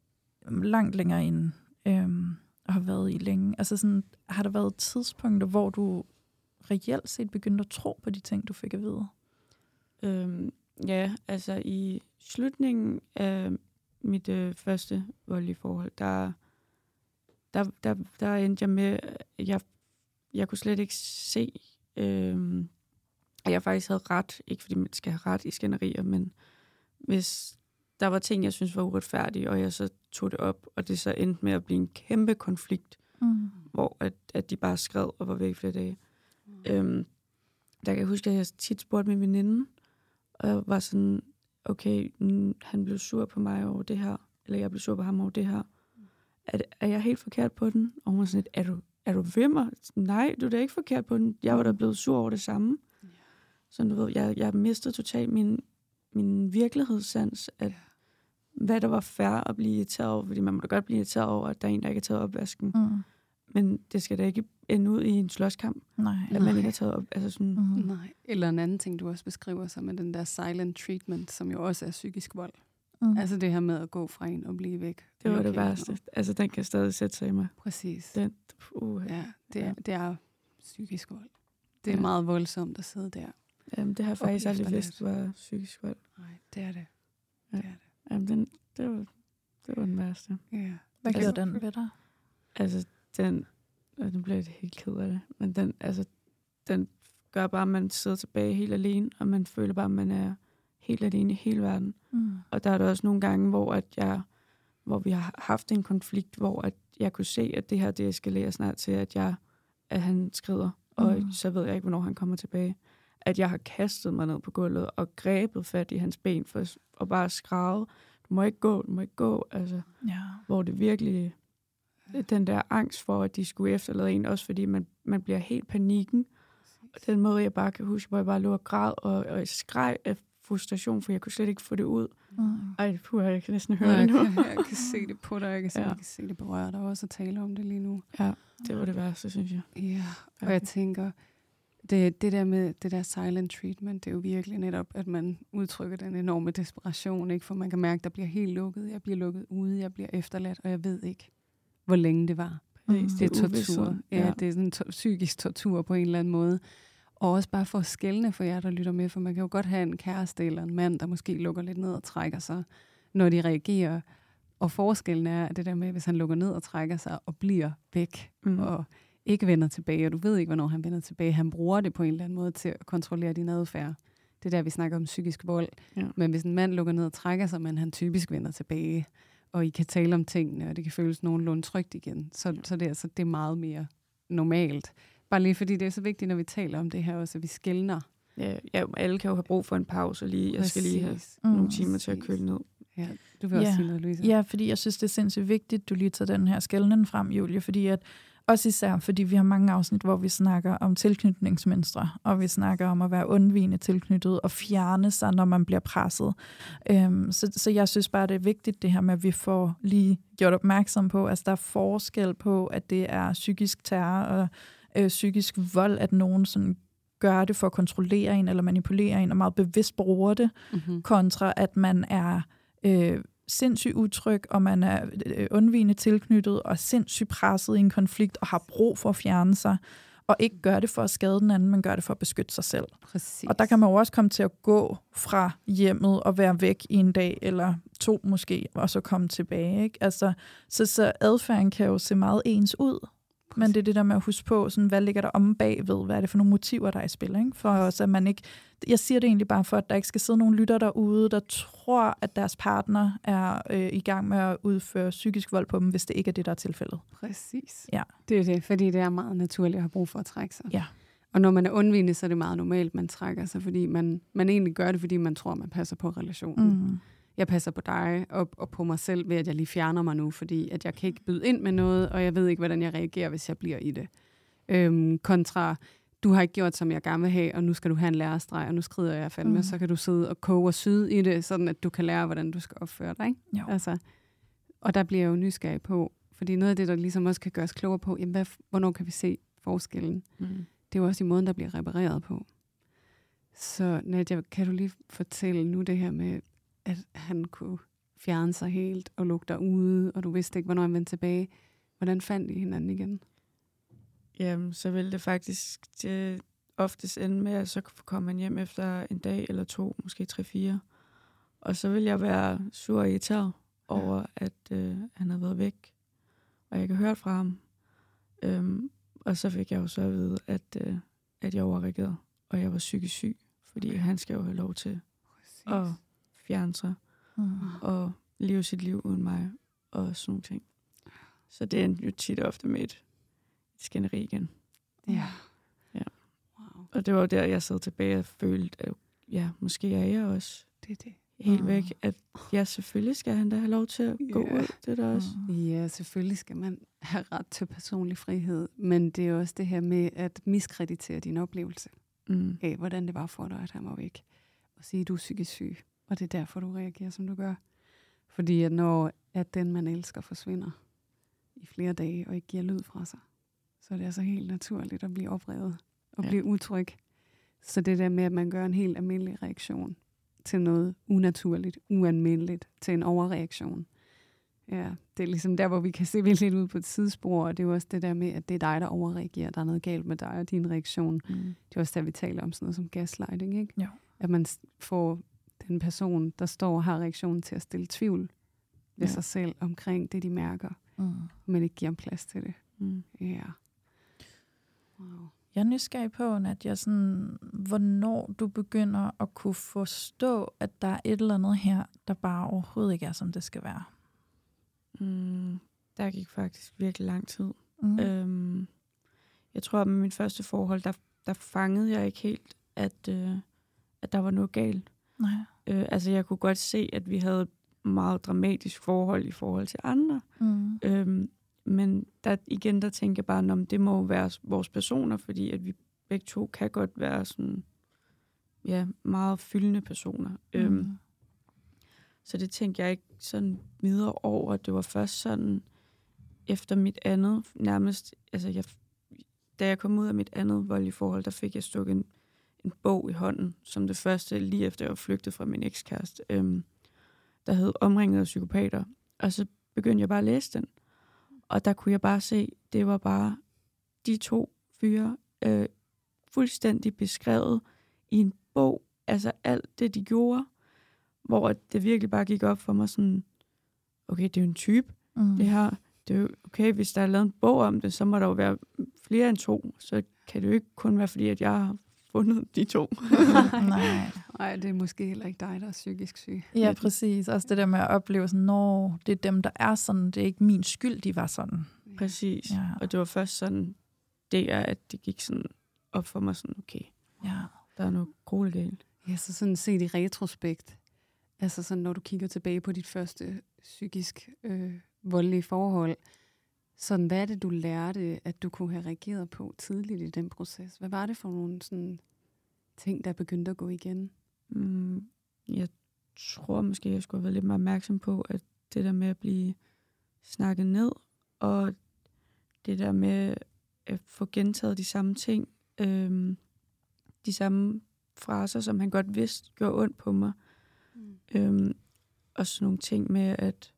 [SPEAKER 2] langt længere inde, øhm, og har været i længe. Altså sådan, har der været tidspunkter, hvor du reelt set begyndte at tro på de ting, du fik at vide?
[SPEAKER 3] Øhm, ja, altså i slutningen af mit øh, første voldelige forhold, der, der, der, der endte jeg med, jeg Jeg kunne slet ikke se, øh, at jeg faktisk havde ret. Ikke fordi man skal have ret i skænderier, men hvis der var ting, jeg synes var uretfærdige, og jeg så tog det op, og det så endte med at blive en kæmpe konflikt, mm. hvor at, at de bare skred og var væk flere dage. Mm. Øhm, der kan jeg huske, at jeg tit spurgte min veninde, og jeg var sådan, okay, han blev sur på mig over det her, eller jeg blev sur på ham over det her. Er, er jeg helt forkert på den? Og hun var sådan lidt, er du Er du ved mig? Nej, du er da ikke forkert på den. Jeg var da blevet sur over det samme. Ja. Så du ved, jeg, jeg mistede totalt min, min virkelighedssans, at ja. hvad der var fair at blive irriteret over, fordi man må da godt blive irriteret over, at der er en, der ikke har taget opvasken. Mm. Men det skal da ikke ende ud i en slåskamp,
[SPEAKER 2] Nej.
[SPEAKER 3] at man ikke har taget op. Altså sådan,
[SPEAKER 1] mm. Nej. Eller en anden ting, du også beskriver, som er den der silent treatment, som jo også er psykisk vold. Mm. Altså det her med at gå fra en og blive væk.
[SPEAKER 3] Det var okay, det værste. Altså den kan stadig sætte sig i mig.
[SPEAKER 1] Præcis.
[SPEAKER 3] Den, uh,
[SPEAKER 1] ja, det er, det er psykisk vold. Det er ja. meget voldsomt at sidde der.
[SPEAKER 3] Jamen det har jeg faktisk aldrig vidst var psykisk vold.
[SPEAKER 1] Nej, det er det.
[SPEAKER 3] Ja.
[SPEAKER 1] Det er det.
[SPEAKER 3] Jamen den, det var, det var den værste.
[SPEAKER 2] Ja. Hvad
[SPEAKER 3] altså,
[SPEAKER 2] gjorde den ved dig?
[SPEAKER 3] Altså den, og nu bliver jeg helt ked af det, men den, altså, den gør bare, at man sidder tilbage helt alene, og man føler bare, at man er helt alene i hele verden. Mm. Og der er der også nogle gange, hvor, at jeg, hvor vi har haft en konflikt, hvor at jeg kunne se, at det her det eskalerer snart til, at, jeg, at han skrider, og mm. så ved jeg ikke, hvornår han kommer tilbage. At jeg har kastet mig ned på gulvet og grebet fat i hans ben for, og bare skrevet, du må ikke gå, du må ikke gå. Altså,
[SPEAKER 2] ja.
[SPEAKER 3] Hvor det virkelig, den der angst for, at de skulle efterlade en, også fordi man, man bliver helt panikken. Og den måde, jeg bare kan huske, hvor jeg bare lå og græd, og, og jeg skreg af frustration, for jeg kunne slet ikke få det ud. Mm. Ej, puh, jeg kan næsten høre
[SPEAKER 1] ja,
[SPEAKER 3] det nu.
[SPEAKER 1] Jeg kan, jeg kan se det på dig, jeg kan, ja. jeg kan se det berøre dig også at tale om det lige nu.
[SPEAKER 3] Ja, det var det værste, synes jeg.
[SPEAKER 1] Ja, og jeg tænker, det, det der med det der silent treatment, det er jo virkelig netop, at man udtrykker den enorme desperation, ikke? For man kan mærke, at der bliver helt lukket, jeg bliver lukket ude, jeg bliver efterladt, og jeg ved ikke, hvor længe det var. Mm. Det er tortur. Ja, ja, det er sådan to- psykisk tortur på en eller anden måde. Og også bare for at skelne for jer, der lytter med, for man kan jo godt have en kæreste eller en mand, der måske lukker lidt ned og trækker sig, når de reagerer. Og forskellen er det der med, hvis han lukker ned og trækker sig og bliver væk, mm. og ikke vender tilbage, og du ved ikke, hvornår han vender tilbage. Han bruger det på en eller anden måde til at kontrollere din adfærd. Det er der, vi snakker om psykisk vold. Ja. Men hvis en mand lukker ned og trækker sig, men han typisk vender tilbage, og I kan tale om tingene, og det kan føles nogenlunde trygt igen, så, ja. så det, altså, det er meget mere normalt. Bare lige fordi det er så vigtigt, når vi taler om det her også, at vi skelner.
[SPEAKER 3] Ja, ja, alle kan jo have brug for en pause lige. Jeg skal lige have mm. nogle timer til at køle ned.
[SPEAKER 1] Ja, du vil også
[SPEAKER 2] ja.
[SPEAKER 1] sige noget, Louise.
[SPEAKER 2] Ja, fordi jeg synes, det er sindssygt vigtigt, du lige tager den her skelnen frem, Julie, fordi at også især, fordi vi har mange afsnit, hvor vi snakker om tilknytningsmønstre, og vi snakker om at være undvigende tilknyttet og fjerne sig, når man bliver presset. Øhm, så, så jeg synes bare, det er vigtigt det her med, at vi får lige gjort opmærksom på, at altså, der er forskel på, at det er psykisk terror og øh, psykisk vold, at nogen sådan gør det for at kontrollere en eller manipulere en, og meget bevidst bruger det, mm-hmm. kontra at man er øh, sindssygt utryg, og man er øh, undvigende tilknyttet, og sindssygt presset i en konflikt, og har brug for at fjerne sig, og ikke gør det for at skade den anden, men gør det for at beskytte sig selv.
[SPEAKER 1] Præcis.
[SPEAKER 2] Og der kan man jo også komme til at gå fra hjemmet og være væk i en dag eller to måske, og så komme tilbage. Ikke? Altså, så, så adfærden kan jo se meget ens ud, men det er det der med at huske på, sådan, hvad ligger der om bagved, hvad er det for nogle motiver, der er i spil, ikke? For også, at man ikke, jeg siger det egentlig bare for, at der ikke skal sidde nogle lytter derude, der tror, at deres partner er øh, i gang med at udføre psykisk vold på dem, hvis det ikke er det, der er tilfældet.
[SPEAKER 1] Præcis.
[SPEAKER 2] Ja.
[SPEAKER 1] Det er det, fordi det er meget naturligt at have brug for at trække sig.
[SPEAKER 2] Ja.
[SPEAKER 1] Og når man er undvigende, så er det meget normalt, man trækker sig, fordi man, man egentlig gør det, fordi man tror, man passer på relationen.
[SPEAKER 2] Mm.
[SPEAKER 1] Jeg passer på dig og, og på mig selv ved, at jeg lige fjerner mig nu, fordi at jeg kan ikke byde ind med noget, og jeg ved ikke, hvordan jeg reagerer, hvis jeg bliver i det. Øhm, kontra, du har ikke gjort, som jeg gerne vil have, og nu skal du have en lærestreg, og nu skrider jeg fandme, mm. så kan du sidde og koge og syde i det, sådan at du kan lære, hvordan du skal opføre dig. Ikke?
[SPEAKER 2] Jo.
[SPEAKER 1] Altså, og der bliver jeg jo nysgerrig på, fordi noget af det, der ligesom også kan gøre os klogere på, jamen, hvad, hvornår kan vi se forskellen? Mm. Det er jo også i måden, der bliver repareret på. Så Nadia, kan du lige fortælle nu det her med, at han kunne fjerne sig helt og lukke dig ude, og du vidste ikke, hvornår han vendte tilbage. Hvordan fandt I hinanden igen?
[SPEAKER 3] Jamen, så ville det faktisk det oftest ende med, at så kom han hjem efter en dag eller to, måske tre-fire. Og så ville jeg være sur og irriteret over, ja. at øh, han havde været væk, og jeg ikke hørte fra ham. Øhm, og så fik jeg jo så at vide, at, øh, at jeg overreagerede, og jeg var psykisk syg, fordi okay. han skal jo have lov til Præcis. at fjerne sig mm. og leve sit liv uden mig og sådan nogle ting. Så det endte jo tit og ofte med et skænderi igen.
[SPEAKER 1] Ja.
[SPEAKER 3] ja. Wow. Og det var der, jeg sad tilbage og følte, at ja, måske er jeg også
[SPEAKER 1] det er det.
[SPEAKER 3] helt wow. væk, at ja, selvfølgelig skal han da have lov til at yeah. gå ud. Det der også.
[SPEAKER 1] Ja, selvfølgelig skal man have ret til personlig frihed, men det er også det her med at miskreditere din oplevelse mm. af, hvordan det var for dig, at han var væk. Og sige, at du er psykisk syg, og det er derfor, du reagerer, som du gør. Fordi at når at den, man elsker, forsvinder i flere dage og ikke giver lyd fra sig, så er det altså helt naturligt at blive oprevet og ja. blive utryg. Så det der med, at man gør en helt almindelig reaktion til noget unaturligt, uanmeldeligt, til en overreaktion. Ja, det er ligesom der, hvor vi kan se lidt ud på et sidespor, og det er jo også det der med, at det er dig, der overreagerer. Der er noget galt med dig og din reaktion. Mm. Det er også der, vi taler om sådan noget som gaslighting, ikke?
[SPEAKER 2] Ja.
[SPEAKER 1] At man får den person, der står og har reaktionen til at stille tvivl ved ja. sig selv omkring det, de mærker, mm. men ikke giver dem plads til det. Mm. Ja. Wow.
[SPEAKER 2] Jeg er nysgerrig på, at jeg sådan, hvornår du begynder at kunne forstå, at der er et eller andet her, der bare overhovedet ikke er, som det skal være.
[SPEAKER 3] Mm, der gik faktisk virkelig lang tid. Mm. Øhm, jeg tror, at med min første forhold, der, der fangede jeg ikke helt, at, øh, at der var noget galt.
[SPEAKER 2] Nej.
[SPEAKER 3] Øh, altså, jeg kunne godt se, at vi havde et meget dramatisk forhold i forhold til andre. Mm. Øhm, Men der, igen, der tænker jeg bare, om det må være vores personer, fordi at vi begge to kan godt være sådan, ja, meget fyldende personer. Mm. Øhm, så det tænkte jeg ikke sådan videre over. Det var først sådan, efter mit andet, nærmest, altså jeg, da jeg kom ud af mit andet voldelige forhold, der fik jeg stukket en, en bog i hånden, som det første, lige efter jeg var flygtet fra min ekskæreste, øhm, der hed Omringet af psykopater. Og så begyndte jeg bare at læse den. Og der kunne jeg bare se, det var bare de to fyre øh, fuldstændig beskrevet i en bog. Altså alt det, de gjorde, hvor det virkelig bare gik op for mig sådan, okay, det er jo en type, mm. det her. Det er jo, okay, hvis der er lavet en bog om det, så må der jo være flere end to. Så kan det jo ikke kun være, fordi at jeg har fundet de to.
[SPEAKER 1] Nej. Nej, det er måske heller ikke dig, der er psykisk syg.
[SPEAKER 2] Ja, præcis. Også det der med at opleve sådan, når det er dem, der er sådan, det er ikke min skyld, de var sådan.
[SPEAKER 3] Præcis. Ja. Og det var først sådan, det er, at det gik sådan op for mig sådan, okay,
[SPEAKER 2] ja.
[SPEAKER 3] der er noget grueligt galt.
[SPEAKER 1] Ja, så sådan set i retrospekt, altså sådan, når du kigger tilbage på dit første psykisk øh, voldelige forhold, sådan, hvad er det, du lærte, at du kunne have reageret på tidligt i den proces? Hvad var det for nogle sådan ting, der begyndte at gå igen?
[SPEAKER 3] Mm, jeg tror måske, jeg skulle have været lidt mere opmærksom på, at det der med at blive snakket ned, og det der med at få gentaget de samme ting, øhm, de samme fraser, som han godt vidste gjorde ondt på mig. Mm. Øhm, og sådan nogle ting med, at,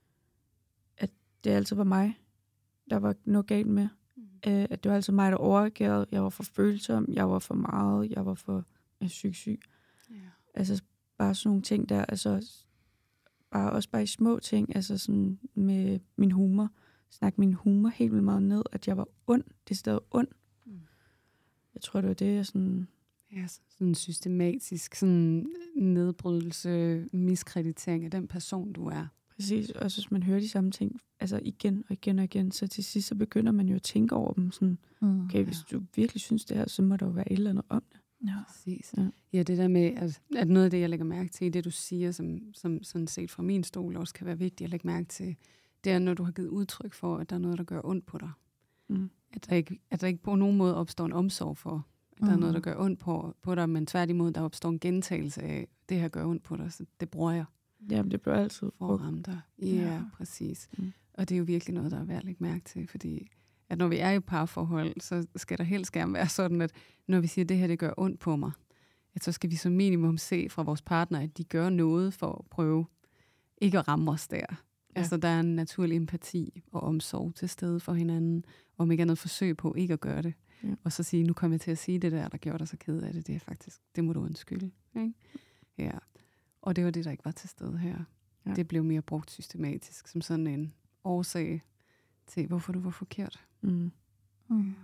[SPEAKER 3] at det altid var mig, der var noget galt med. Mm. Øh, at det var altid mig, der overreagerede. Jeg var for følsom, jeg var for meget, jeg var for jeg syg syg. Yeah. Altså bare sådan nogle ting der. Altså bare, også bare i små ting, altså sådan med min humor. Snak min humor helt vildt meget ned, at jeg var ond. Det sted ond. Mm. Jeg tror, det var det, jeg sådan...
[SPEAKER 1] Ja, sådan systematisk sådan nedbrydelse, miskreditering af den person, du er.
[SPEAKER 3] Præcis, og hvis man hører de samme ting, altså igen og igen og igen, så til sidst så begynder man jo at tænke over dem. Sådan, mm, okay, hvis ja. du virkelig synes det her, så må der jo være et eller andet om det.
[SPEAKER 1] Ja, præcis. Ja, ja det der med, at, at noget af det, jeg lægger mærke til i det, du siger, som, som sådan set fra min stol også kan være vigtigt at lægge mærke til, det er, når du har givet udtryk for, at der er noget, der gør ondt på dig. Mm. At, der ikke, at der ikke på nogen måde opstår en omsorg for, at der mm. er noget, der gør ondt på, på dig, men tværtimod, der opstår en gentagelse af, det her gør ondt på dig, så det bruger jeg.
[SPEAKER 3] Jamen, det bliver altid
[SPEAKER 1] for at ramme dig. Ja, ja. Præcis. Mm. Og det er jo virkelig noget, der er værd at lægge mærke til, fordi at når vi er i parforhold, så skal der helst gerne være sådan, at når vi siger, at det her, det gør ondt på mig, at så skal vi som minimum se fra vores partner, at de gør noget for at prøve ikke at ramme os der. Ja. Altså, der er en naturlig empati og omsorg til stede for hinanden, og om ikke andet forsøg på ikke at gøre det. Ja. Og så sige, nu kommer jeg til at sige det der, der gjorde dig så ked af det, det er faktisk, det må du undskylde. Ikke? Ja. Og det var det, der ikke var til stede her. Ja. Det blev mere brugt systematisk, som sådan en årsag til, hvorfor du var forkert. Mm.
[SPEAKER 2] Mm. Ja.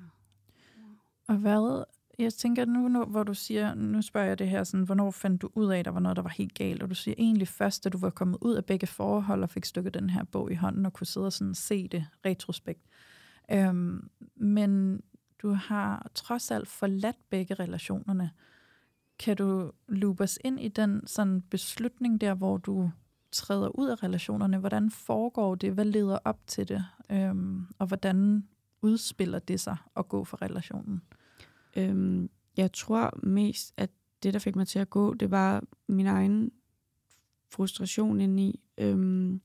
[SPEAKER 2] Og hvad, jeg tænker nu, nu, hvor du siger, nu spørger jeg det her, sådan, hvornår fandt du ud af, at der var noget, der var helt galt? Og du siger egentlig først, da du var kommet ud af begge forhold, og fik stykket den her bog i hånden, og kunne sidde og sådan se det retrospekt. Øhm, men du har trods alt forladt begge relationerne. Kan du loop os ind i den sådan beslutning der, hvor du træder ud af relationerne? Hvordan foregår det? Hvad leder op til det? Øhm, og hvordan udspiller det sig at gå for relationen?
[SPEAKER 3] Øhm, jeg tror mest, at det, der fik mig til at gå, det var min egen frustration indeni. Øhm,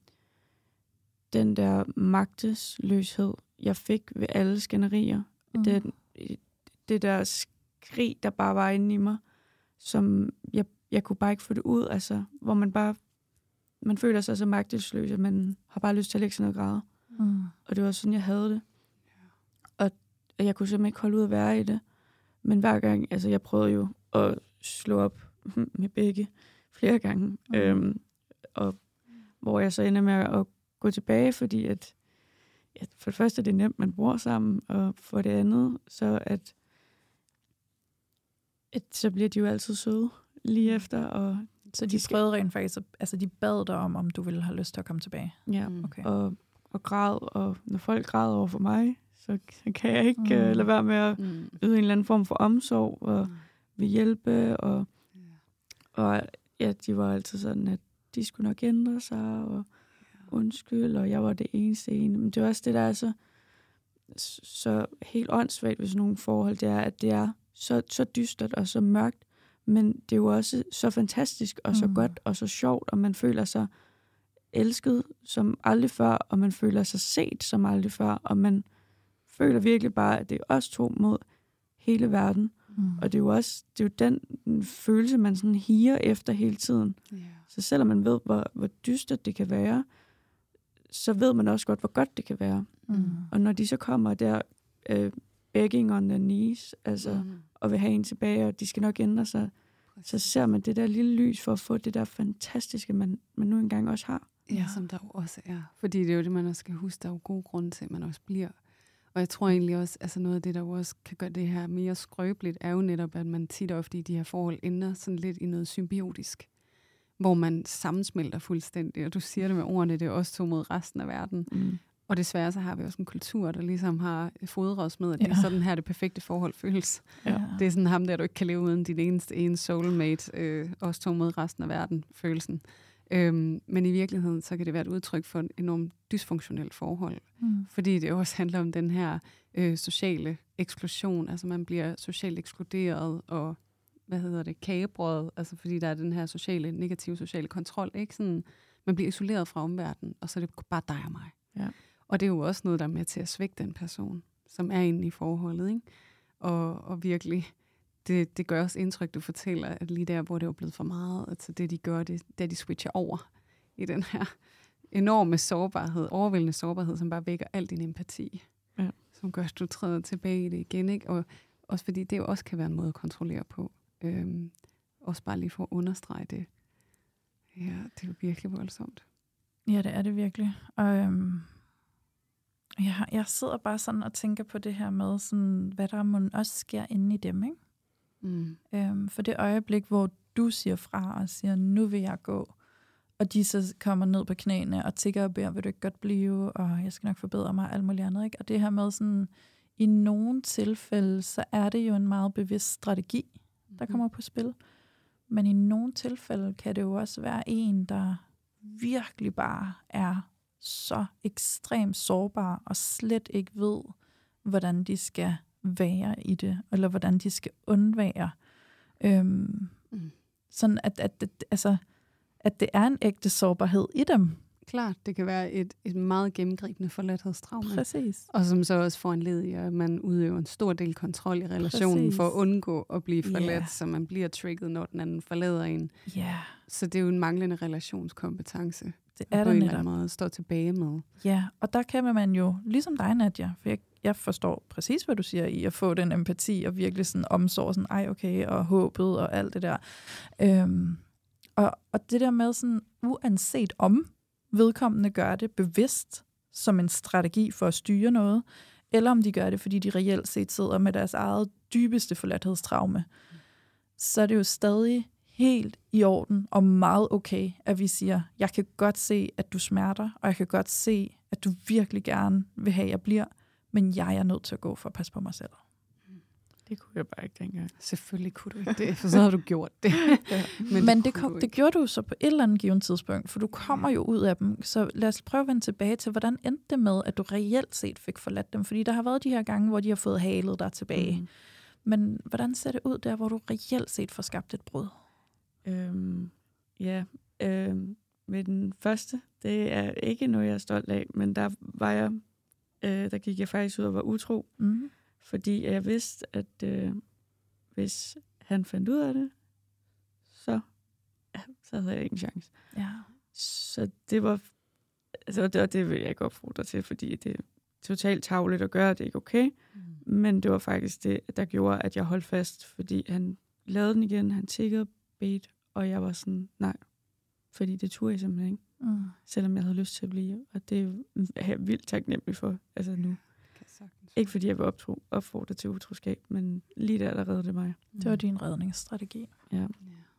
[SPEAKER 3] den der magtesløshed, jeg fik ved alle skænderier. Mm. Det, det der skrig, der bare var inde i mig, som jeg, jeg kunne bare ikke få det ud, altså, hvor man bare, man føler sig så magtesløs, at man har bare lyst til at lægge sig ned og græde. Mm. Og det var sådan, jeg havde det. Og jeg kunne simpelthen ikke holde ud at være i det. Men hver gang, altså jeg prøvede jo at slå op med begge flere gange. Mm. Øhm, og hvor jeg så ender med at gå tilbage, fordi at, ja, for det første er det nemt, man bor sammen, og for det andet, så at at så bliver de jo altid søde lige efter. Og
[SPEAKER 2] så de, de prøvede rent faktisk, altså de bad dig om, om du ville have lyst til at komme tilbage?
[SPEAKER 3] Ja, okay. og, og græd, og når folk græder over for mig, så, så kan jeg ikke mm. uh, lade være med at mm. yde en eller anden form for omsorg, og mm. vil hjælpe, og, yeah. og ja, de var altid sådan, at de skulle nok ændre sig, og yeah. undskyld, og jeg var det eneste ene. Men det er også det, der er så, så helt åndssvagt ved sådan nogle forhold, det er, at det er Så, så dystert og så mørkt, men det er jo også så fantastisk og så mm. godt og så sjovt, og man føler sig elsket som aldrig før, og man føler sig set som aldrig før, og man føler virkelig bare, at det er os to mod hele verden. Mm. Og det er jo også det er jo den følelse, man sådan higer efter hele tiden. Yeah. Så selvom man ved, hvor, hvor dystert det kan være, så ved man også godt, hvor godt det kan være. Mm. Og når de så kommer der, øh, begging on their knees, altså, mm. og vil have en tilbage, og de skal nok ændre sig, præcis. Så ser man det der lille lys for at få det der fantastiske, man, man nu engang også har.
[SPEAKER 1] Ja, som der jo også er. Fordi det er jo det, man også skal huske, der er jo gode grunde til, at man også bliver. Og jeg tror egentlig også, altså noget af det, der jo også kan gøre det her mere skrøbeligt, er jo netop, at man tit og ofte i de her forhold ender sådan lidt i noget symbiotisk, hvor man sammensmelter fuldstændig, og du siger det med ordene, det er også to mod resten af verden. Mm. Og desværre så har vi også en kultur, der ligesom har fodret os med, at det ja. er sådan her, det perfekte forhold føles. Ja. Det er sådan ham der, du ikke kan leve uden din eneste ene soulmate, øh, også to mod resten af verden, følelsen. Øhm, men i virkeligheden, så kan det være et udtryk for et enormt dysfunktionelt forhold. Mm. Fordi det også handler om den her øh, sociale eksklusion. Altså man bliver socialt ekskluderet og, hvad hedder det, kagebrædet. Altså fordi der er den her sociale, negative sociale kontrol. Ikke? Sådan, man bliver isoleret fra omverdenen, og så er det bare dig og mig. Ja. Og det er jo også noget, der er med til at svække den person, som er inde i forholdet. Ikke? Og, og virkelig, det, det gør også indtryk, du fortæller, at lige der, hvor det er blevet for meget, altså det de gør, det er, de switcher over i den her enorme sårbarhed, overvældende sårbarhed, som bare vækker al din empati. Ja. Som gør, at du træder tilbage i det igen. Ikke? Og også fordi det jo også kan være en måde at kontrollere på. Øhm, også bare lige for at understrege det. Ja, det er jo virkelig voldsomt.
[SPEAKER 2] Ja, det er det virkelig. Og øhm, jeg, jeg sidder bare sådan og tænker på det her med, sådan, hvad der må også sker inde i dem, ikke?
[SPEAKER 1] Mm.
[SPEAKER 2] Øhm, for det øjeblik, hvor du siger fra og siger, nu vil jeg gå, og de så kommer ned på knæene og tigger og beder, vil du ikke godt blive, og jeg skal nok forbedre mig, og alt muligt andet, ikke? Og det her med sådan, i nogle tilfælde, så er det jo en meget bevidst strategi, der kommer på spil. Men i nogle tilfælde kan det jo også være en, der virkelig bare er så ekstremt sårbar, og slet ikke ved, hvordan de skal være i det, eller hvordan de skal undvære. Øhm, mm. Sådan at, at, at, altså, at det er en ægte sårbarhed i dem.
[SPEAKER 1] Klart, det kan være et, et meget gennemgribende forladthedstraume.
[SPEAKER 2] Præcis.
[SPEAKER 1] Og som så også får en led i, at man udøver en stor del kontrol i relationen. Præcis. For at undgå at blive forladt, yeah. så man bliver trigget, når den anden forlader en.
[SPEAKER 2] Yeah.
[SPEAKER 1] Så det er jo en manglende relationskompetence.
[SPEAKER 2] Det er
[SPEAKER 1] på
[SPEAKER 2] der
[SPEAKER 1] en
[SPEAKER 2] netop.
[SPEAKER 1] eller anden måde står tilbage med.
[SPEAKER 2] Ja, og der kan man jo, ligesom dig, Nadia, for jeg, jeg forstår præcis, hvad du siger i at få den empati og virkelig sådan omsorg, sådan ej okay, og håbet og alt det der. Øhm, og, og det der med sådan, uanset om vedkommende gør det bevidst som en strategi for at styre noget, eller om de gør det, fordi de reelt set sidder med deres eget dybeste forladthedstraume, mm. så er det jo stadig helt i orden og meget okay, at vi siger, jeg kan godt se, at du smerter, og jeg kan godt se, at du virkelig gerne vil have, at jeg bliver, men jeg er nødt til at gå for at passe på mig selv.
[SPEAKER 3] Det kunne jeg bare ikke dengang.
[SPEAKER 1] Selvfølgelig kunne du ikke det, for så havde du gjort det.
[SPEAKER 2] ja. Men, men det, det, kom, det gjorde du så på et eller andet givet tidspunkt, for du kommer jo ud af dem. Så lad os prøve at vende tilbage til, hvordan endte det med, at du reelt set fik forladt dem? Fordi der har været de her gange, hvor de har fået halet dig tilbage. Mm. Men hvordan ser det ud der, hvor du reelt set får skabt et brud?
[SPEAKER 3] Øhm, ja, øhm, med den første, det er ikke noget, jeg er stolt af, men der var jeg, øh, der gik jeg faktisk ud og var utro. Mm. Fordi jeg vidste, at øh, hvis han fandt ud af det, så, ja, så havde jeg ingen chance.
[SPEAKER 2] Ja.
[SPEAKER 3] Så det var, altså det, det vil jeg ikke opfordre til, fordi det er totalt tarveligt at gøre, det er ikke okay. Mm. Men det var faktisk det, der gjorde, at jeg holdt fast, fordi han lavede den igen, han tiggede, bedt, og jeg var sådan, nej, fordi det turde jeg simpelthen ikke. Mm. Selvom jeg havde lyst til at blive, og det er jeg vildt taknemmelig for, altså nu. Ikke fordi jeg vil optro, opfordre til utroskab, men lige der, der reddede det mig.
[SPEAKER 2] Det var din redningsstrategi.
[SPEAKER 3] Ja. ja.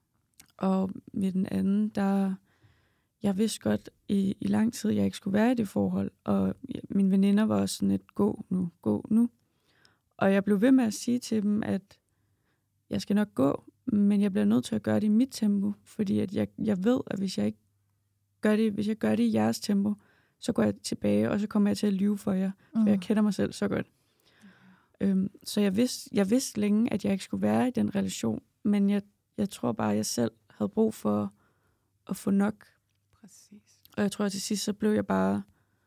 [SPEAKER 3] Og med den anden, der... Jeg vidste godt i, i lang tid, at jeg ikke skulle være i det forhold. Og ja, mine veninder var også sådan et, gå nu, gå nu. Og jeg blev ved med at sige til dem, at jeg skal nok gå, men jeg bliver nødt til at gøre det i mit tempo. Fordi at jeg, jeg ved, at hvis jeg ikke gør det, hvis jeg gør det i jeres tempo, så går jeg tilbage, og så kommer jeg til at lyve for jer. For mm. jeg kender mig selv så godt. Okay. Øhm, så jeg vidste, jeg vidste længe, at jeg ikke skulle være i den relation, men jeg, jeg tror bare, at jeg selv havde brug for at få nok.
[SPEAKER 1] Præcis.
[SPEAKER 3] Og jeg tror, at til sidst, så blev jeg bare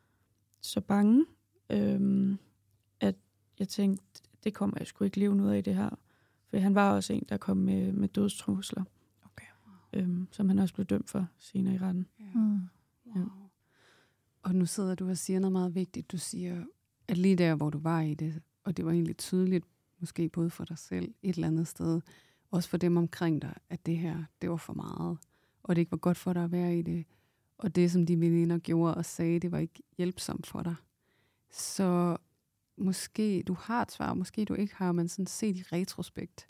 [SPEAKER 3] så bange, øhm, at jeg tænkte, det kommer jeg sgu ikke leve noget af det her. For han var også en, der kom med, med dødstrusler,
[SPEAKER 1] okay.
[SPEAKER 3] øhm, som han også blev dømt for senere i retten.
[SPEAKER 1] Ja. Mm. Wow. Ja. Og nu sidder du og siger noget meget vigtigt. Du siger, at lige der, hvor du var i det, og det var egentlig tydeligt, måske både for dig selv, et eller andet sted, også for dem omkring dig, at det her, det var for meget, og det ikke var godt for dig at være i det, og det, som de veninder gjorde og sagde, det var ikke hjælpsomt for dig. Så måske du har et svar, måske du ikke har, men sådan set i retrospekt.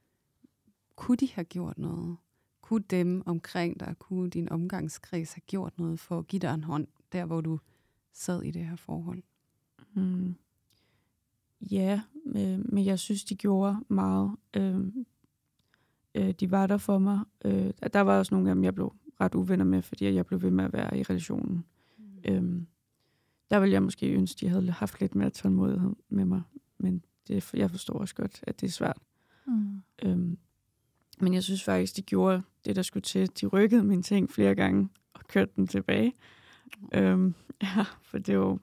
[SPEAKER 1] Kunne de have gjort noget? Kunne dem omkring dig, kunne din omgangskreds have gjort noget for at give dig en hånd, der hvor du sad i det her forhold?
[SPEAKER 3] Mm. Ja, øh, men jeg synes, de gjorde meget. Øh, øh, de var der for mig. Øh, der var også nogle af dem, jeg blev ret uvenner med, fordi jeg blev ved med at være i relationen. Mm. Øh, der ville jeg måske ønske, de havde haft lidt mere tålmodighed med mig. Men det, jeg forstår også godt, at det er svært. Mm. Øh, men jeg synes faktisk, de gjorde det, der skulle til. De rykkede mine ting flere gange og kørte dem tilbage. Øhm, ja, for det var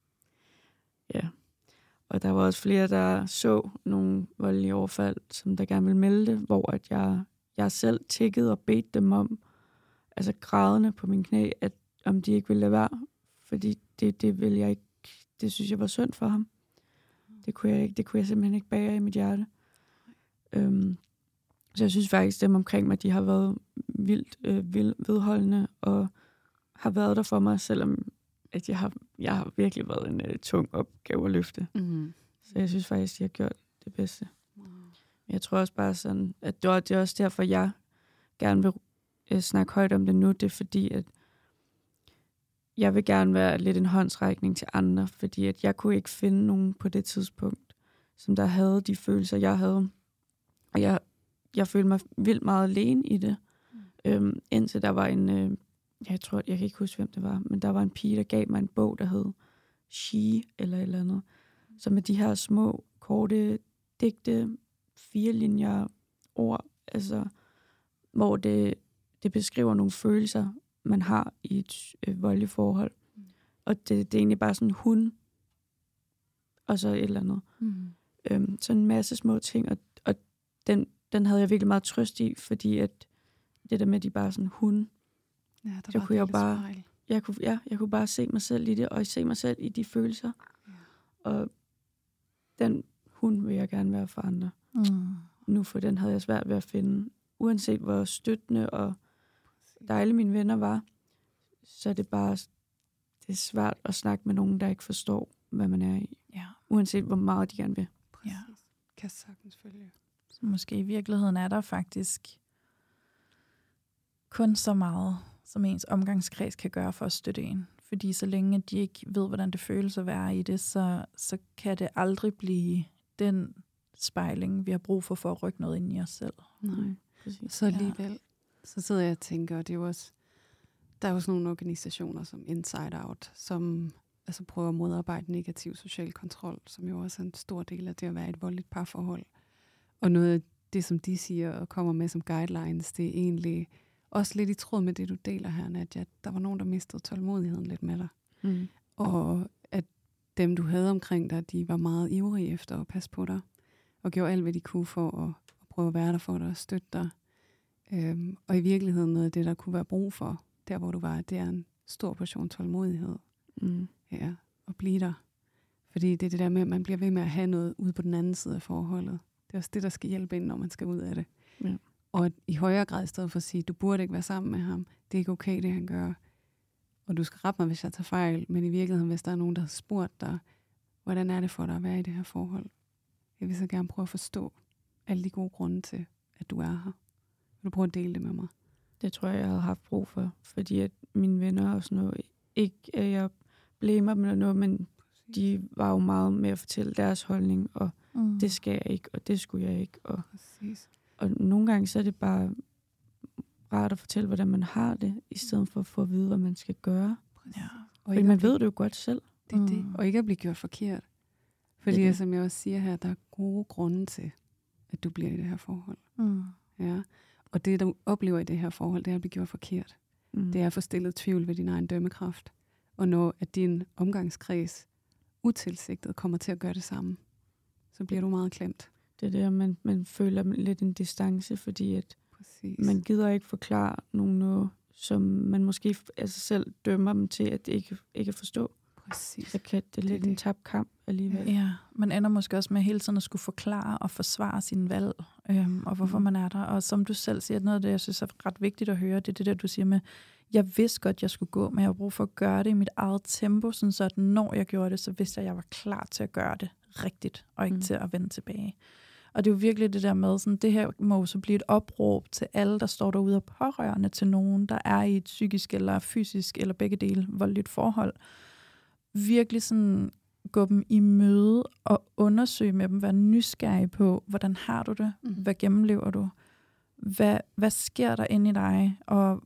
[SPEAKER 3] ja. Og der var også flere, der så nogle voldelige overfald, som der gerne ville melde det, hvor at jeg, jeg selv tiggede og bedte dem om, altså grædende på min knæ, at om de ikke ville lade være, fordi det, det ville jeg ikke, det synes jeg var synd for ham. Det kunne jeg ikke, det kunne jeg simpelthen ikke bære i mit hjerte. Øhm, så jeg synes faktisk, dem omkring mig, de har været vildt øh, vedholdende og har været der for mig, selvom at jeg har, jeg har virkelig været en uh, tung opgave at løfte.
[SPEAKER 1] Mm.
[SPEAKER 3] Så jeg synes faktisk, at jeg har gjort det bedste. Wow. Jeg tror også bare sådan, at det er, det er også derfor, jeg gerne vil uh, snakke højt om det nu. Det er fordi, at jeg vil gerne være lidt en håndsrækning til andre, fordi at jeg kunne ikke finde nogen på det tidspunkt, som der havde de følelser, jeg havde. Og jeg, jeg følte mig vildt meget alene i det. Mm. Øhm, indtil der var en, øh, jeg tror, jeg kan ikke huske, hvem det var, men der var en pige, der gav mig en bog, der hed She, eller et eller andet, mm. som er de her små, korte digte, fire linjer ord, altså, hvor det, det beskriver nogle følelser, man har i et øh, voldeligt forhold. Mm. Og det, det er egentlig bare sådan hun, og så et eller andet. Mm. Øhm, så en masse små ting, og, og den, den havde jeg virkelig meget trøst i, fordi at det der med, de bare sådan hun,
[SPEAKER 1] ja, der
[SPEAKER 3] så kunne jeg bare, jeg kunne, ja, jeg kunne bare se mig selv i det, og se mig selv i de følelser. Ja. Og den hun vil jeg gerne være for andre. Mm. Nu for den havde jeg svært ved at finde. Uanset hvor støttende og dejlige mine venner var, så er det bare det er svært at snakke med nogen, der ikke forstår, hvad man er i.
[SPEAKER 2] Ja.
[SPEAKER 3] Uanset hvor meget de gerne vil.
[SPEAKER 1] Præcis. Ja. Kan sagtens følge.
[SPEAKER 2] Så måske i virkeligheden er der faktisk kun så meget, som ens omgangskreds kan gøre for at støtte en. Fordi så længe de ikke ved, hvordan det føles at være i det, så, så kan det aldrig blive den spejling, vi har brug for for at rykke noget ind i os selv.
[SPEAKER 1] Nej, præcis. Så alligevel, ja. Så sidder jeg og tænker, og det er jo også, der er jo sådan nogle organisationer som Inside Out, som altså prøver at modarbejde negativ social kontrol, som jo også er en stor del af det at være et voldeligt parforhold. Og noget af det, som de siger og kommer med som guidelines, det er egentlig også lidt i tråd med det, du deler her, Nadia. Der var nogen, der mistede tålmodigheden lidt med dig. Mm. Og at dem, du havde omkring dig, de var meget ivrige efter at passe på dig, og gjorde alt, hvad de kunne for at, at prøve at være der for dig og støtte dig. Øhm, og i virkeligheden noget af det, der kunne være brug for, der hvor du var, det er en stor portion tålmodighed. Mm. Ja, at blive der. Fordi det er det der med, at man bliver ved med at have noget ude på den anden side af forholdet. Det er også det, der skal hjælpe ind, når man skal ud af det. Ja. Og i højere grad i stedet for at sige, du burde ikke være sammen med ham. Det er ikke okay, det han gør. Og du skal rette mig, hvis jeg tager fejl. Men i virkeligheden, hvis der er nogen, der har spurgt dig, hvordan er det for dig at være i det her forhold? Jeg vil så gerne prøve at forstå alle de gode grunde til, at du er her. Vil du prøve at dele det med mig?
[SPEAKER 3] Det tror jeg, jeg havde haft brug for. Fordi at mine venner og sådan noget, ikke at jeg blamer dem eller noget, men de var jo meget med at fortælle deres holdning, og mm. det skal jeg ikke, og det skulle jeg ikke. Og, og nogle gange så er det bare rart at fortælle, hvordan man har det, i stedet for at få at vide, hvad man skal gøre. Ja. Og fordi man ved det jo godt selv.
[SPEAKER 1] Det er mm. det. Og ikke at blive gjort forkert. Fordi det, som jeg også siger her, der er gode grunde til, at du bliver i det her forhold. Mm. Ja. Og det, du oplever i det her forhold, det er at blive gjort forkert. Mm. Det er at få stillet tvivl ved din egen dømmekraft. Og når at din omgangskreds utilsigtet kommer til at gøre det samme, så bliver du meget klemt.
[SPEAKER 3] Det er det, man, man føler lidt en distance, fordi at Præcis. Man gider ikke forklare nogen noget, som man måske altså selv dømmer dem til, at det ikke, ikke at forstå.
[SPEAKER 1] Præcis.
[SPEAKER 3] Så kan det lidt det. En tabt kamp alligevel.
[SPEAKER 2] Ja, man ender måske også med hele tiden at skulle forklare og forsvare sine valg, øhm, og hvorfor mm. man er der. Og som du selv siger, noget af det, jeg synes er ret vigtigt at høre, det er det der, du siger med, jeg vidste godt, jeg skulle gå, men jeg har brug for at gøre det i mit eget tempo, sådan så at når jeg gjorde det, så vidste jeg, at jeg var klar til at gøre det rigtigt, og ikke mm. til at vende tilbage. Og det er jo virkelig det der med, sådan, det her må så blive et opråb til alle, der står derude og pårørende til nogen, der er i et psykisk eller fysisk eller begge dele voldeligt forhold. Virkelig sådan gå dem i møde og undersøge med dem, være nysgerrig på, hvordan har du det? Mm. Hvad gennemlever du? Hvad, hvad sker der inde i dig? Og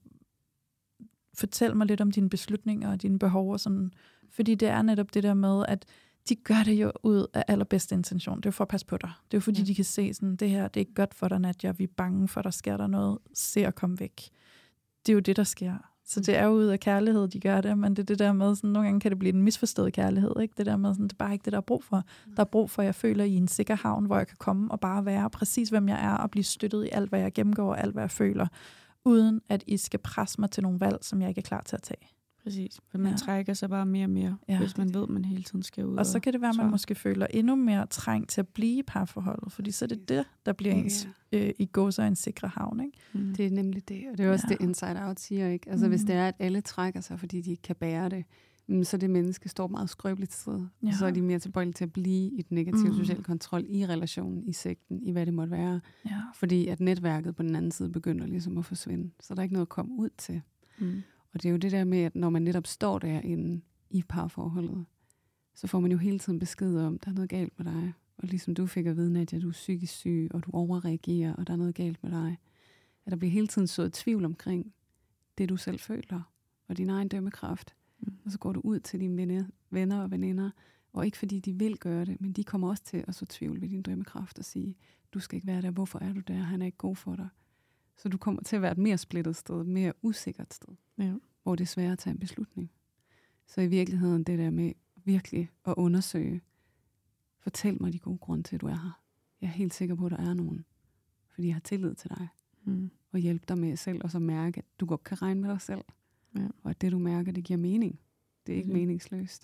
[SPEAKER 2] fortæl mig lidt om dine beslutninger og dine behov. Og sådan. Fordi det er netop det der med, at de gør det jo ud af allerbedste intention. Det er jo for at passe på dig. Det er jo fordi, ja. De kan se sådan, det her, det er ikke godt for dig, Nadia. Vi er bange for, der sker der noget. Se at komme væk. Det er jo det, der sker. Så det er jo ud af kærlighed, de gør det, men det er det der med, sådan, nogle gange kan det blive en misforstået kærlighed, ikke? Det der med, sådan, det er bare ikke det, der er brug for. Der er brug for, at jeg føler i en sikker havn, hvor jeg kan komme og bare være præcis, hvem jeg er, og blive støttet i alt, hvad jeg gennemgår, og alt, hvad jeg føler, uden at I skal presse mig til nogle valg, som jeg ikke er klar til at tage.
[SPEAKER 3] Præcis, for man
[SPEAKER 2] Ja.
[SPEAKER 3] trækker sig bare mere og mere,
[SPEAKER 2] Ja.
[SPEAKER 3] hvis man ved, at man hele tiden skal ud.
[SPEAKER 2] Og så kan det være, at man
[SPEAKER 3] så-
[SPEAKER 2] måske føler endnu mere trængt til at blive i parforholdet, fordi så er det det, der bliver ens øh, i gåser en sikre havn, ikke?
[SPEAKER 3] Mm.
[SPEAKER 1] Det er nemlig det, og det er også
[SPEAKER 2] Ja.
[SPEAKER 1] det Inside Out siger, ikke? Altså
[SPEAKER 2] Mm.
[SPEAKER 1] hvis det er, at alle trækker sig, fordi de ikke kan bære det, mm, så det menneske står meget skrøbeligt sted.
[SPEAKER 2] Ja.
[SPEAKER 1] Og så er de mere tilbøjelige til at blive i den negative
[SPEAKER 2] Mm.
[SPEAKER 1] sociale kontrol i relationen, i sekten, i hvad det måtte være.
[SPEAKER 2] Ja.
[SPEAKER 1] Fordi at netværket på den anden side begynder ligesom at forsvinde. Så der er ikke noget at komme ud til.
[SPEAKER 3] Mm.
[SPEAKER 1] Og det er jo det der med, at når man netop står derinde i parforholdet, så får man jo hele tiden besked om, at der er noget galt med dig. Og ligesom du fik at vide, Nadia, at du er psykisk syg, og du overreagerer, og der er noget galt med dig. At der bliver hele tiden sået tvivl omkring det, du selv føler, og din egen dømmekraft.
[SPEAKER 3] Mm.
[SPEAKER 1] Og så går du ud til dine venner og veninder, og ikke fordi de vil gøre det, men de kommer også til at så tvivl ved din dømmekraft og sige, du skal ikke være der, hvorfor er du der, han er ikke god for dig. Så du kommer til at være et mere splittet sted, et mere usikkert sted,
[SPEAKER 3] Ja.
[SPEAKER 1] hvor det er svært at tage en beslutning. Så i virkeligheden det der med virkelig at undersøge, fortæl mig de gode grunde til, at du er her. Jeg er helt sikker på, at der er nogen, fordi jeg har tillid til dig,
[SPEAKER 3] Mm.
[SPEAKER 1] og hjælpe dig med selv, og så mærke, at du godt kan regne med dig selv,
[SPEAKER 3] Ja.
[SPEAKER 1] og at det, du mærker, det giver mening. Det er ikke
[SPEAKER 3] Mhm.
[SPEAKER 1] meningsløst.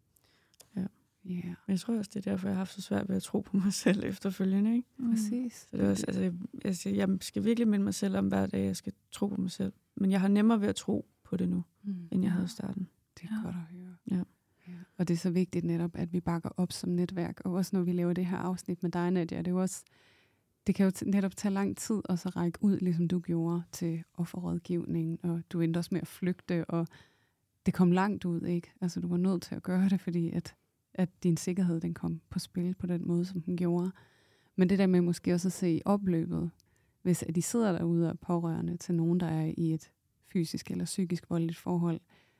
[SPEAKER 3] Ja.
[SPEAKER 1] Ja,
[SPEAKER 3] Men jeg tror også, det er derfor, jeg har haft så svært ved at tro på mig selv efterfølgende, ikke?
[SPEAKER 2] Mm.
[SPEAKER 1] præcis.
[SPEAKER 3] Så det er også, altså, jeg, jeg, siger, jeg skal virkelig minde mig selv om hver dag, jeg skal tro på mig selv. Men jeg har nemmere ved at tro på det nu,
[SPEAKER 1] Mm.
[SPEAKER 3] end jeg
[SPEAKER 2] Ja.
[SPEAKER 3] havde i starten.
[SPEAKER 1] Det er
[SPEAKER 2] Ja.
[SPEAKER 1] ja. godt at høre.
[SPEAKER 3] Ja.
[SPEAKER 1] Ja. Og det er så vigtigt netop, at vi bakker op som netværk, og også når vi laver det her afsnit med dig, Nadia, det er jo også, det kan jo t- netop tage lang tid, og så række ud, ligesom du gjorde, til offerrådgivning, og du endte også med at flygte, og det kom langt ud, ikke? Altså, du var nødt til at gøre det, fordi at, at din sikkerhed, den kom på spil på den måde, som den gjorde. Men det der med måske også at se i opløbet, hvis at de sidder derude og er pårørende til nogen, der er i et fysisk eller psykisk voldeligt forhold,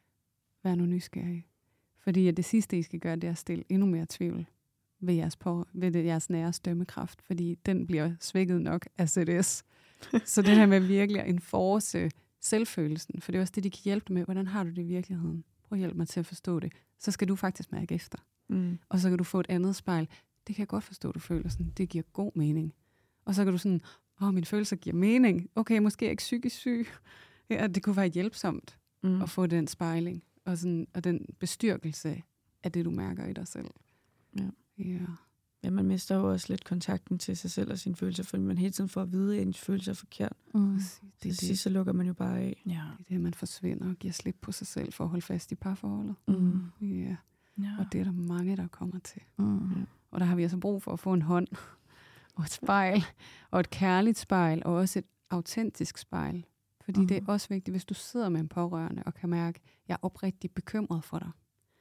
[SPEAKER 1] vær nu nysgerrig. Fordi at det sidste, I skal gøre, det er at stille endnu mere tvivl ved jeres, på, ved det, jeres nære dømmekraft, fordi den bliver svækket nok af C D S. Så det her med virkelig at enforce selvfølelsen, for det er også det, de kan hjælpe med. Hvordan har du det i virkeligheden? Prøv at hjælpe mig til at forstå det. Så skal du faktisk mærke efter.
[SPEAKER 3] Mm.
[SPEAKER 1] Og så kan du få et andet spejl. Det kan jeg godt forstå, du føler sådan. Det giver god mening. Og så kan du sådan, åh, mine følelser giver mening. Okay, måske er jeg ikke psykisk syg. Ja, det kunne være hjælpsomt
[SPEAKER 3] Mm.
[SPEAKER 1] at få den spejling. Og, sådan, og den bestyrkelse af det, du mærker i dig selv.
[SPEAKER 3] Ja.
[SPEAKER 1] Ja.
[SPEAKER 3] Ja, man mister jo også lidt kontakten til sig selv og sine følelser, fordi man hele tiden får at vide, at ens følelser er forkert.
[SPEAKER 2] Mm.
[SPEAKER 1] Præcis. Det
[SPEAKER 3] Til
[SPEAKER 1] er
[SPEAKER 3] sidst
[SPEAKER 1] det,
[SPEAKER 3] så lukker man jo bare af.
[SPEAKER 2] Ja.
[SPEAKER 1] det er det, man forsvinder og giver slip på sig selv for at holde fast i parforholdet.
[SPEAKER 2] Mm.
[SPEAKER 1] Ja.
[SPEAKER 2] Ja.
[SPEAKER 1] Og det er der mange, der kommer til.
[SPEAKER 2] Mm.
[SPEAKER 1] Og der har vi altså brug for at få en hånd og et spejl, og et kærligt spejl, og også et autentisk spejl. Fordi
[SPEAKER 2] Mhm.
[SPEAKER 1] det er også vigtigt, hvis du sidder med en pårørende og kan mærke, at jeg er oprigtigt bekymret for dig.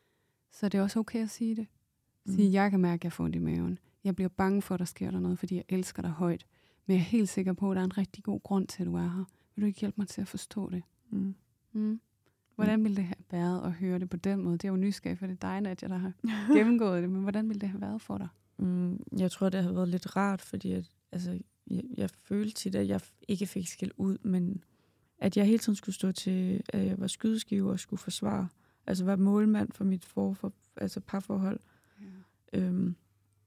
[SPEAKER 1] Så det er også okay at sige det. Sige,
[SPEAKER 3] Mm.
[SPEAKER 1] jeg kan mærke, at jeg får ondt i maven. Jeg bliver bange for, at der sker der noget, fordi jeg elsker dig højt. Men jeg er helt sikker på, at der er en rigtig god grund til, at du er her. Vil du ikke hjælpe mig til at forstå det?
[SPEAKER 3] Mm.
[SPEAKER 1] Mm. Hvordan ville det have været at høre det på den måde? Det er jo nysgerrig, for det er dig, Nadia, der har gennemgået det. Men hvordan ville det have været for dig?
[SPEAKER 3] Mm, jeg tror, det har været lidt rart, fordi at, altså, jeg, jeg følte tit, at jeg ikke fik skæld ud, men at jeg hele tiden skulle stå til, at jeg var skydeskive og skulle forsvare. Altså være målmand for mit for, for, altså parforhold.
[SPEAKER 1] Ja.
[SPEAKER 3] Øhm,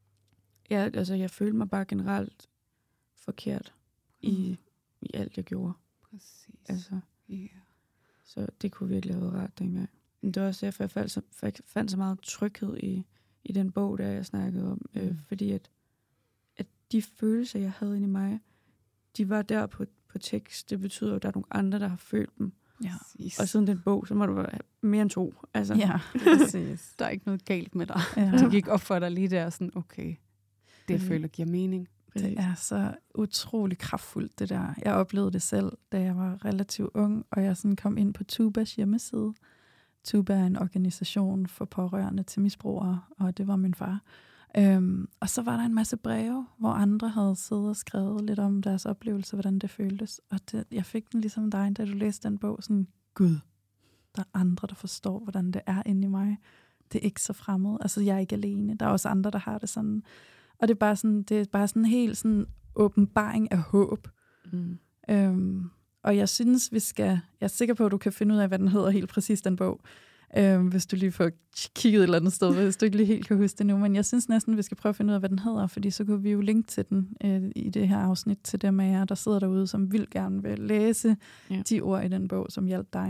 [SPEAKER 3] ja, altså jeg følte mig bare generelt forkert i, i alt, jeg gjorde.
[SPEAKER 1] Præcis.
[SPEAKER 3] Altså,
[SPEAKER 1] Ja.
[SPEAKER 3] så det kunne virkelig have været rart dengang. Men det var også derfor, jeg fandt så, fandt så meget tryghed i, i den bog, der jeg snakkede om. Øh,
[SPEAKER 1] Mm.
[SPEAKER 3] fordi at, at de følelser, jeg havde inde i mig, de var der på, på tekst. Det betyder jo, at der er nogle andre, der har følt dem.
[SPEAKER 2] Ja.
[SPEAKER 1] Præcis.
[SPEAKER 3] Og siden den bog, så må det være mere end to. Altså,
[SPEAKER 2] Ja,
[SPEAKER 1] Præcis. Der er ikke noget galt med dig.
[SPEAKER 2] ja.
[SPEAKER 1] Det gik op for dig lige der, sådan, okay, det jeg
[SPEAKER 3] Mhm.
[SPEAKER 1] føler giver mening.
[SPEAKER 3] præcis.
[SPEAKER 2] Det er så utrolig kraftfuldt, det der. Jeg oplevede det selv, da jeg var relativt ung, og jeg sådan kom ind på Tubas hjemmeside. Tuba er en organisation for pårørende til misbrugere, og det var min far. Øhm, og så var der en masse breve, hvor andre havde siddet og skrevet lidt om deres oplevelser, hvordan det føltes. Og det, jeg fik den ligesom dig, da du læste den bog, sådan, Gud, der er andre, der forstår, hvordan det er inde i mig. Det er ikke så fremmed. Altså, jeg er ikke alene. Der er også andre, der har det sådan. Og det er bare sådan, det er bare sådan en helt sådan åbenbaring af håb.
[SPEAKER 3] Mm.
[SPEAKER 2] Øhm, og jeg synes, vi skal... Jeg er sikker på, at du kan finde ud af, hvad den hedder helt præcis, den bog. Øhm, hvis du lige får kigget et eller andet sted, hvis du ikke lige helt kan huske det nu. Men jeg synes næsten, vi skal prøve at finde ud af, hvad den hedder, fordi så kan vi jo linke til den øh, i det her afsnit til dem af jer, der sidder derude, som vil gerne vil læse
[SPEAKER 3] Ja.
[SPEAKER 2] de ord i den bog, som hjalp dig.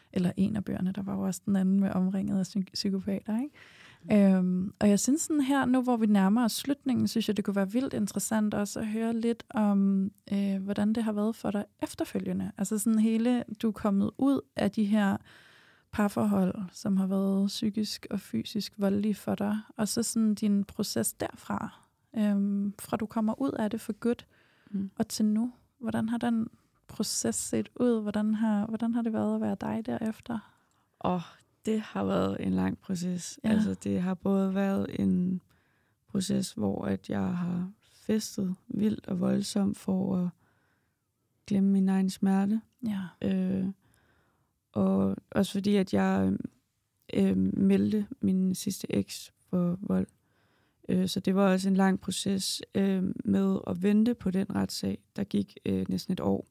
[SPEAKER 2] Eller en af bøgerne, der var jo også den anden med Omringet af psy- psykopater, ikke? Øhm, og jeg synes sådan her, nu hvor vi nærmer os slutningen, synes jeg, det kunne være vildt interessant også at høre lidt om, øh, hvordan det har været for dig efterfølgende. Altså sådan hele, du er kommet ud af de her parforhold, som har været psykisk og fysisk voldelige for dig, og så sådan din proces derfra, øhm, fra du kommer ud af det for godt, mm. og til nu. Hvordan har den proces set ud? Hvordan har, hvordan har det været at være dig derefter?
[SPEAKER 3] Åh, oh, det har været en lang proces.
[SPEAKER 2] Ja.
[SPEAKER 3] Altså, det har både været en proces, hvor at jeg har festet vildt og voldsomt for at glemme min egen smerte.
[SPEAKER 2] Ja.
[SPEAKER 3] Øh, og også fordi, at jeg øh, meldte min sidste eks for vold. Øh, så det var også en lang proces øh, med at vente på den retssag. Der gik øh, næsten et år.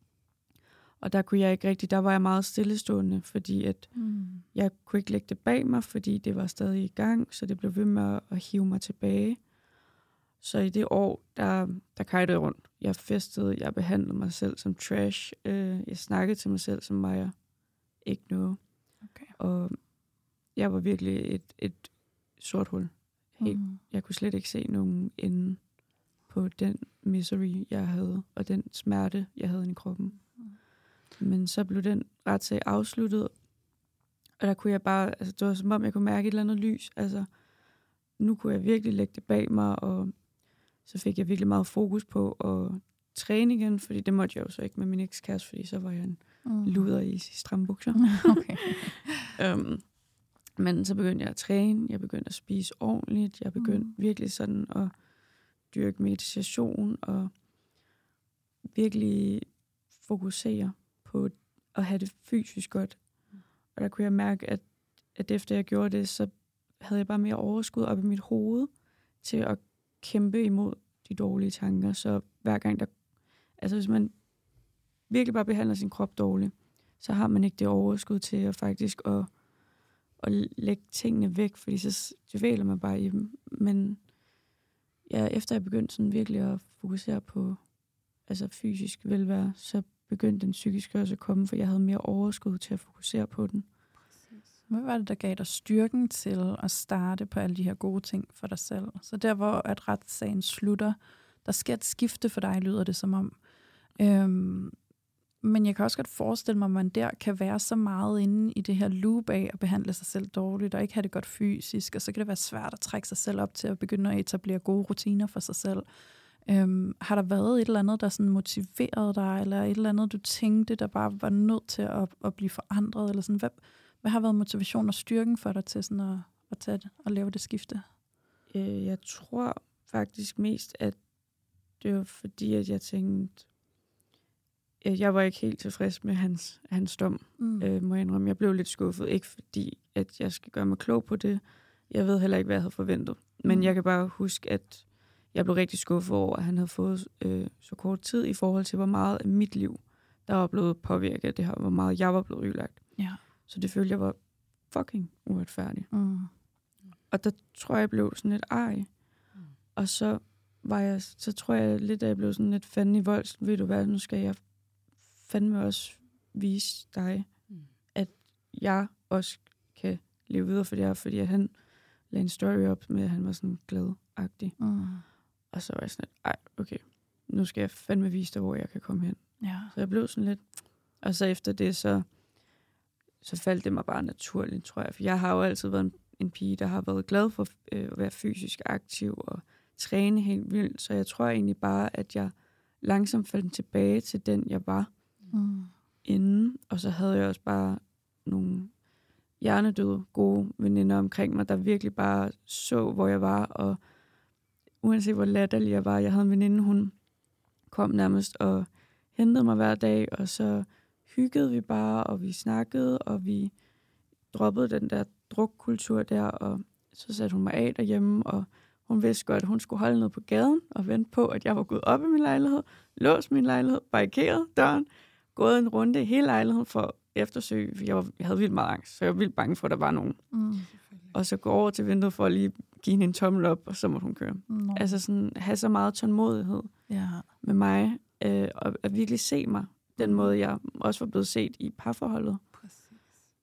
[SPEAKER 3] Og der kunne jeg ikke rigtig, der var jeg meget stillestående, fordi at mm. jeg kunne ikke lægge det bag mig, fordi det var stadig i gang, så det blev ved med at, at hive mig tilbage. Så i det år, der, der kajtede jeg rundt. Jeg festede, jeg behandlede mig selv som trash. Øh, jeg snakkede til mig selv, som var jeg ikke noget. Okay. Og jeg var virkelig et, et sort hul. Helt. Mm. Jeg kunne slet ikke se nogen ende på den misery, jeg havde, og den smerte, jeg havde i kroppen. Mm. Men så blev den retssag afsluttet, og der kunne jeg bare, altså det var som om, jeg kunne mærke et eller andet lys. Altså, nu kunne jeg virkelig lægge det bag mig, og så fik jeg virkelig meget fokus på at træne igen, fordi det måtte jeg jo så ikke med min ekskæreste, fordi så var jeg en mm. luder i stramme bukser.
[SPEAKER 2] Okay.
[SPEAKER 3] um, men så begyndte jeg at træne, jeg begyndte at spise ordentligt, jeg begyndte mm. virkelig sådan at dyrke meditation, og virkelig fokusere på at have det fysisk godt. Mm. Og der kunne jeg mærke, at, at efter jeg gjorde det, så havde jeg bare mere overskud op i mit hoved til at kæmpe imod de dårlige tanker. Så hver gang der... Altså hvis man virkelig bare behandler sin krop dårligt, så har man ikke det overskud til at faktisk at, at lægge tingene væk, fordi så dvæler man bare i dem. Men ja, efter jeg begyndte sådan virkelig at fokusere på altså fysisk velvære, så begyndte den psykiske også at komme, for jeg havde mere overskud til at fokusere på den.
[SPEAKER 2] Hvad var det, der gav dig styrken til at starte på alle de her gode ting for dig selv? Så der, hvor at retssagen slutter, der sker et skifte for dig, lyder det som om. Øhm, men jeg kan også godt forestille mig, at man der kan være så meget inde i det her loop af at behandle sig selv dårligt, og ikke have det godt fysisk, og så kan det være svært at trække sig selv op til at begynde at etablere gode rutiner for sig selv. Øhm, har der været et eller andet, der sådan motiverede dig, eller et eller andet, du tænkte, der bare var nødt til at, at blive forandret, eller sådan, hvad, hvad har været motivation og styrken for dig til sådan at, at tage det og lave det skifte?
[SPEAKER 3] Øh, jeg tror faktisk mest, at det var fordi, at jeg tænkte, at jeg var ikke helt tilfreds med hans, hans dom, mm. øh, må jeg indrømme. Jeg blev lidt skuffet, ikke fordi, at jeg skal gøre mig klog på det. Jeg ved heller ikke, hvad jeg havde forventet. Men mm. jeg kan bare huske, at jeg blev rigtig skuffet over, at han havde fået øh, så kort tid i forhold til, hvor meget af mit liv, der var blevet påvirket af det her, hvor meget jeg var blevet ødelagt.
[SPEAKER 2] Ja.
[SPEAKER 3] Så det følte jeg var fucking uretfærdigt.
[SPEAKER 2] Mm.
[SPEAKER 3] Og der tror jeg, jeg blev sådan lidt ej. Mm. Og så var jeg, så tror jeg lidt, at jeg blev sådan lidt fanden i vold. Ved du hvad, nu skal jeg fandme også vise dig, mm. at jeg også kan leve videre for det her, fordi at han lagde en story op med, at han var sådan glad-agtig. Mm. Og så var jeg sådan lidt, ej, okay, nu skal jeg fandme vise dig, hvor jeg kan komme hen.
[SPEAKER 2] Ja.
[SPEAKER 3] Så jeg blev sådan lidt, og så efter det, så, så faldt det mig bare naturligt, tror jeg. For jeg har jo altid været en, en pige, der har været glad for øh, at være fysisk aktiv og træne helt vildt. Så jeg tror egentlig bare, at jeg langsomt faldt tilbage til den, jeg var mm. inden. Og så havde jeg også bare nogle hjernedøde, gode veninder omkring mig, der virkelig bare så, hvor jeg var, og uanset hvor latterlig jeg var, jeg havde en veninde, hun kom nærmest og hentede mig hver dag, og så hyggede vi bare, og vi snakkede, og vi droppede den der drukkultur der, og så satte hun mig af derhjemme, og hun vidste godt, at hun skulle holde ned på gaden og vente på, at jeg var gået op i min lejlighed, låst min lejlighed, barrikeret døren, gået en runde i hele lejligheden for at eftersøge, for jeg, var, jeg havde vildt meget angst, så jeg var vildt bange for, at der var nogen. Mm. Og så gå over til vinduet for at lige give hende en tommel op, og så må hun køre. No. Altså sådan, have så meget tålmodighed
[SPEAKER 2] ja.
[SPEAKER 3] med mig, øh, og at virkelig se mig, den måde, jeg også var blevet set i parforholdet.
[SPEAKER 1] Præcis.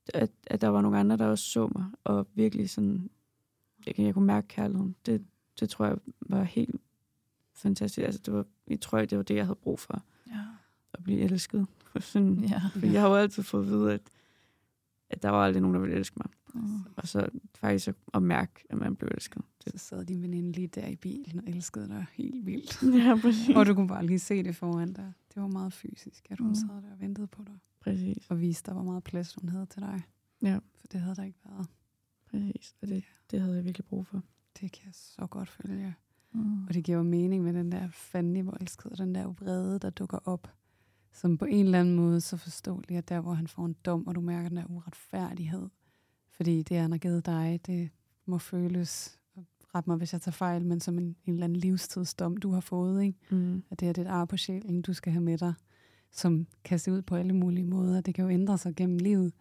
[SPEAKER 3] at, at der var nogle andre, der også så mig, og virkelig sådan, jeg, jeg kunne mærke kærligheden. Det, det tror jeg var helt fantastisk. Altså, det var, jeg tror, det var det, jeg havde brug for.
[SPEAKER 2] Ja.
[SPEAKER 3] At blive elsket. Sådan,
[SPEAKER 2] Ja.
[SPEAKER 3] for jeg har jo altid fået at vide, at, at der var aldrig nogen, der ville elske mig.
[SPEAKER 2] Mm.
[SPEAKER 3] Og så faktisk at, at mærke, at man blev elsket.
[SPEAKER 1] Så sad din veninde lige der i bilen og elskede dig helt vildt.
[SPEAKER 3] Ja, præcis.
[SPEAKER 1] Og du kunne bare lige se det foran dig. Det var meget fysisk, at hun
[SPEAKER 2] Mm.
[SPEAKER 1] sad der og ventede på dig.
[SPEAKER 3] Præcis.
[SPEAKER 1] Og viste dig, hvor meget plads hun havde til dig.
[SPEAKER 3] Ja.
[SPEAKER 1] For det havde der ikke været.
[SPEAKER 3] Præcis. Og det, det havde jeg virkelig brug for.
[SPEAKER 1] Det kan jeg så godt følge.
[SPEAKER 2] Mm.
[SPEAKER 1] Og det giver jo mening med den der fandenivoldsked, og den der vrede, der dukker op. Som på en eller anden måde så forståelig, at der, hvor han får en dom, og du mærker den der uretfærdighed. Fordi det, han har givet dig, det må føles, ret mig, hvis jeg tager fejl, men som en, en eller anden livstidsdom, du har fået, ikke?
[SPEAKER 3] Mm.
[SPEAKER 1] At det er det ar på sjælen, du skal have med dig, som kan se ud på alle mulige måder. Det kan jo ændre sig gennem livet.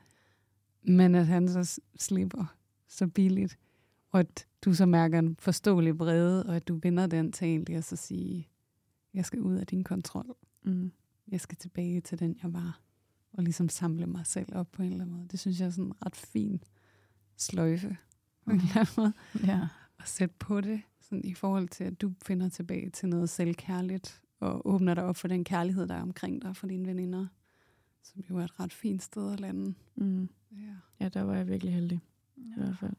[SPEAKER 1] Men at han så slipper så billigt, og at du så mærker en forståelig vrede, og at du vinder den til egentlig at så sige, jeg skal ud af din kontrol.
[SPEAKER 3] Mm.
[SPEAKER 1] Jeg skal tilbage til den, jeg var. Og ligesom samle mig selv op på en eller anden måde. Det synes jeg er sådan en ret fin sløjfe på en eller anden måde.
[SPEAKER 2] Ja.
[SPEAKER 1] At sætte på det, sådan i forhold til, at du finder tilbage til noget selvkærligt, og åbner dig op for den kærlighed, der er omkring dig for dine veninder, som jo er et ret fint sted at lande.
[SPEAKER 3] Mm.
[SPEAKER 1] Ja.
[SPEAKER 3] Ja, der var jeg virkelig heldig. I hvert fald.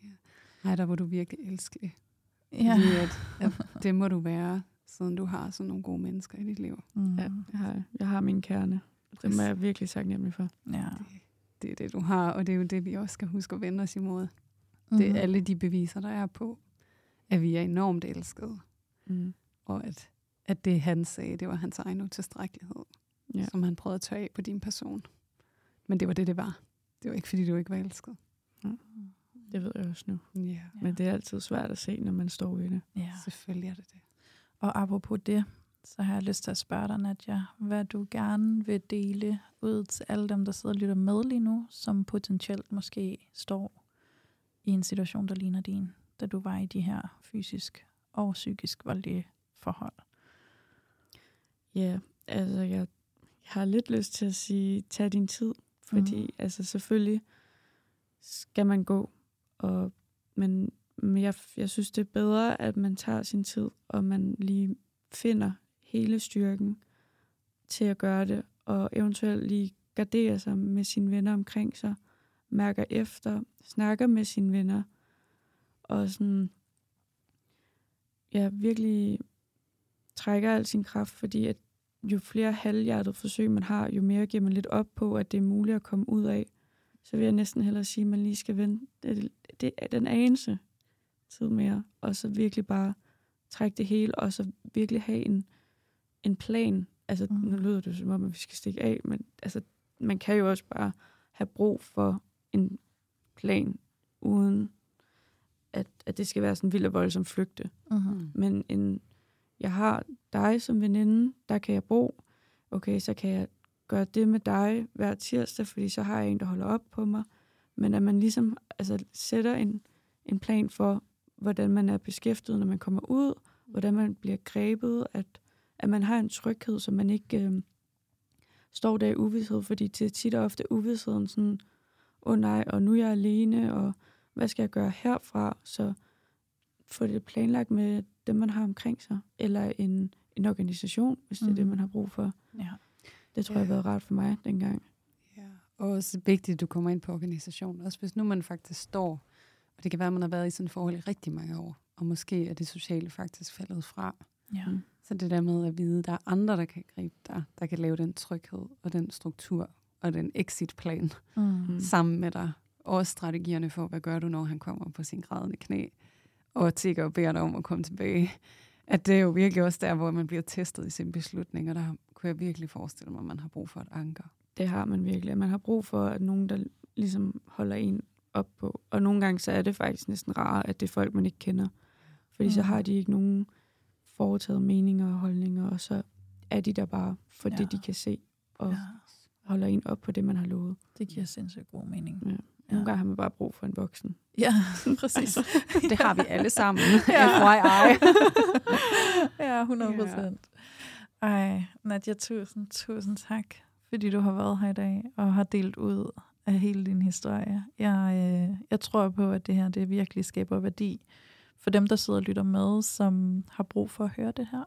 [SPEAKER 1] Nej, der var du virkelig elskelig.
[SPEAKER 2] Ja.
[SPEAKER 1] Fordi at, at det må du være, siden du har sådan nogle gode mennesker i dit liv.
[SPEAKER 2] Mm.
[SPEAKER 3] Ja, jeg har, jeg har min kerne. Det er jeg virkelig taknemmelig for.
[SPEAKER 2] Ja.
[SPEAKER 1] Det, det er det, du har, og det er jo det, vi også skal huske at vende os imod.
[SPEAKER 2] Mm.
[SPEAKER 1] Det er alle de beviser, der er på, at vi er enormt elskede.
[SPEAKER 3] Mm.
[SPEAKER 1] Og at, at det, han sagde, det var hans egen utilstrækkelighed,
[SPEAKER 3] Ja.
[SPEAKER 1] som han prøvede at tage af på din person. Men det var det, det var. Det var ikke, fordi du ikke var elsket.
[SPEAKER 3] Det ved jeg også nu.
[SPEAKER 1] Ja,
[SPEAKER 2] Ja.
[SPEAKER 3] Men det er altid svært at se, når man står i det.
[SPEAKER 2] Ja.
[SPEAKER 1] selvfølgelig er det det.
[SPEAKER 2] Og apropos det, så har jeg lyst til at spørge dig, Nadia, hvad du gerne vil dele ud til alle dem, der sidder og lytter med lige nu, som potentielt måske står i en situation, der ligner din, da du var i de her fysisk og psykisk voldelige forhold.
[SPEAKER 3] Ja, altså jeg, jeg har lidt lyst til at sige, tag din tid. Fordi
[SPEAKER 2] Mhm.
[SPEAKER 3] altså selvfølgelig skal man gå. Og, men men jeg, jeg synes, det er bedre, at man tager sin tid, og man lige finder hele styrken til at gøre det, og eventuelt lige garderer sig med sine venner omkring sig, mærker efter, snakker med sine venner, og sådan, ja, virkelig trækker al sin kraft, fordi at jo flere halvhjertede forsøg man har, jo mere giver man lidt op på, at det er muligt at komme ud af. Så vil jeg næsten hellere sige, at man lige skal vente det, det er den anelse tid mere, og så virkelig bare trække det hele, og så virkelig have en, en plan. Altså,
[SPEAKER 2] Mm.
[SPEAKER 3] nu lyder det som om, at vi skal stikke af, men altså, man kan jo også bare have brug for en plan, uden at, at det skal være sådan vildt og voldsomt flygte.
[SPEAKER 2] Mm-hmm.
[SPEAKER 3] Men en, jeg har dig som veninde, der kan jeg bo. Okay, så kan jeg gøre det med dig hver tirsdag, fordi så har jeg en, der holder op på mig. Men at man ligesom altså, sætter en, en plan for, hvordan man er beskæftiget, når man kommer ud, hvordan man bliver grebet, at, at man har en tryghed, så man ikke øh, står der i uvidshed, fordi det er tit og ofte uvidsheden sådan, åh oh, nej, og nu er jeg alene, og hvad skal jeg gøre herfra? Så få det planlagt med dem, man har omkring sig, eller en, en organisation, hvis det er
[SPEAKER 2] Mm.
[SPEAKER 3] det, man har brug for.
[SPEAKER 2] Ja.
[SPEAKER 3] Det tror
[SPEAKER 1] Ja.
[SPEAKER 3] jeg har været rart for mig dengang.
[SPEAKER 1] Ja, og også vigtigt, at du kommer ind på organisationen. Også hvis nu man faktisk står, og det kan være, at man har været i sådan et forhold i rigtig mange år, og måske er det sociale faktisk faldet fra.
[SPEAKER 2] Ja.
[SPEAKER 3] Mm.
[SPEAKER 1] Så det der med at vide, at der er andre, der kan gribe dig, der kan lave den tryghed, og den struktur, og den exit-plan
[SPEAKER 2] Mm.
[SPEAKER 3] Mm.
[SPEAKER 1] sammen med dig. Også strategierne for, hvad gør du, når han kommer på sin grædende knæ, og tigger og beder dig om at komme tilbage. At det er jo virkelig også der, hvor man bliver testet i sine beslutninger. Der kunne jeg virkelig forestille mig, at man har brug for et anker.
[SPEAKER 3] Det har man virkelig. Man har brug for, at nogen, der ligesom holder en op på. Og nogle gange så er det faktisk næsten rart, at det er folk, man ikke kender. Fordi mm. så har de ikke nogen foretaget meninger og holdninger, og så er de der bare for ja. det, de kan se, og
[SPEAKER 2] Ja.
[SPEAKER 3] holder en op på det, man har lovet.
[SPEAKER 2] Det giver sindssygt god mening.
[SPEAKER 3] Ja. Nogle gange har man bare brug for en voksen.
[SPEAKER 2] Ja, præcis.
[SPEAKER 1] Det har vi alle sammen.
[SPEAKER 2] Ja.
[SPEAKER 1] F Y I.
[SPEAKER 2] Ja, hundrede procent. Ej, Nadia, tusind, tusind tak, fordi du har været her i dag og har delt ud af hele din historie. Jeg, øh, jeg tror på, at det her det virkelig skaber værdi for dem, der sidder og lytter med, som har brug for at høre det her.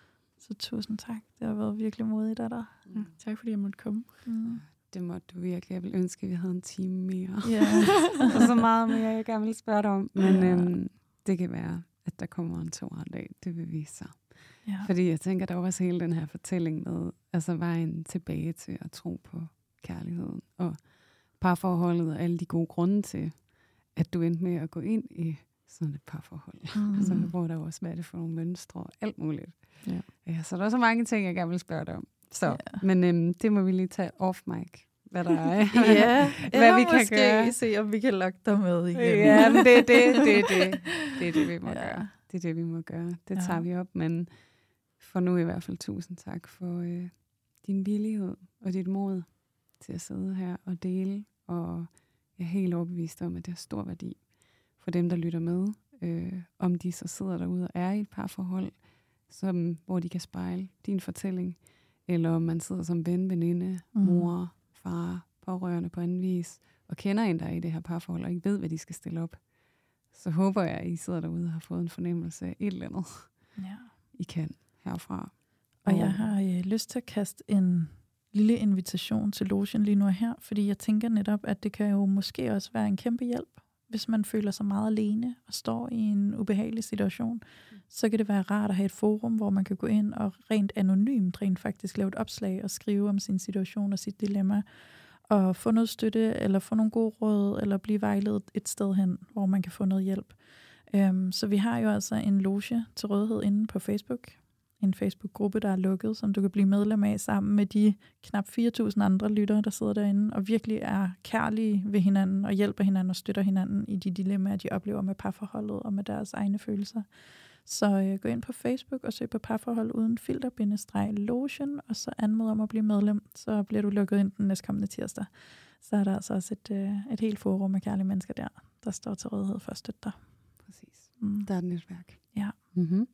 [SPEAKER 2] Så tusind tak. Det har været virkelig modigt af dig.
[SPEAKER 3] Ja, tak fordi jeg måtte komme.
[SPEAKER 2] Mm.
[SPEAKER 1] Det måtte du virkelig. Jeg ville ønske, at vi havde en time mere.
[SPEAKER 2] Ja.
[SPEAKER 1] Og så meget mere, jeg gerne vil spørge dig om. Men ja. øhm, det kan være, at der kommer en to andre dag. Det vil vise sig.
[SPEAKER 2] Ja.
[SPEAKER 1] Fordi jeg tænker, der var også hele den her fortælling med, altså vejen tilbage til at tro på kærligheden. Og parforholdet og alle de gode grunde til, at du endte med at gå ind i sådan et parforhold. Mm. Altså, hvor der også, hvad er det for nogle mønstre og alt muligt. Ja. Ja, så der er så mange ting, jeg gerne vil spørge dig om. Så, ja. Men øhm, det må vi lige tage off mic, hvad der er.
[SPEAKER 2] Ja,
[SPEAKER 1] hvad vi kan
[SPEAKER 2] måske
[SPEAKER 1] gøre.
[SPEAKER 2] Se, om vi kan lokke dig med igen.
[SPEAKER 1] Ja, men det er det, det, det, det, er det, vi må
[SPEAKER 2] ja.
[SPEAKER 1] gøre. Det er det, vi må gøre. Det
[SPEAKER 2] ja.
[SPEAKER 1] tager vi op, men for nu i hvert fald tusind tak for øh, din villighed og dit mod til at sidde her og dele. Og jeg er helt overbevist om, at det har stor værdi for dem, der lytter med. Øh, om de så sidder derude og er i et parforhold, som, hvor de kan spejle din fortælling, eller om man sidder som ven, veninde, mm. mor, far, pårørende på anden vis, og kender en, der er i det her parforhold, og ikke ved, hvad de skal stille op. Så håber jeg, at I sidder derude og har fået en fornemmelse af et eller andet,
[SPEAKER 2] ja.
[SPEAKER 1] I kan herfra.
[SPEAKER 2] Og, og jeg har øh, lyst til at kaste en lille invitation til logen lige nu her, fordi jeg tænker netop, at det kan jo måske også være en kæmpe hjælp, hvis man føler sig meget alene og står i en ubehagelig situation, mm. så kan det være rart at have et forum, hvor man kan gå ind og rent anonymt rent faktisk lave et opslag og skrive om sin situation og sit dilemma, og få noget støtte, eller få nogle gode råd, eller blive vejledet et sted hen, hvor man kan få noget hjælp. Um, så vi har jo altså en loge til rådighed inde på Facebook, en Facebook-gruppe, der er lukket, som du kan blive medlem af sammen med de knap fire tusind andre lyttere, der sidder derinde, og virkelig er kærlige ved hinanden, og hjælper hinanden og støtter hinanden i de dilemmaer, de oplever med parforholdet og med deres egne følelser. Så øh, gå ind på Facebook og søg på parforhold uden filter-logen, og så anmod om at blive medlem, så bliver du lukket ind den næstkommende tirsdag. Så er der altså også et, øh, et helt forum af kærlige mennesker der, der står til rådighed for at støtte dig.
[SPEAKER 1] Præcis.
[SPEAKER 2] Mm.
[SPEAKER 1] Der er et netværk.
[SPEAKER 2] Ja.
[SPEAKER 1] Mm-hmm.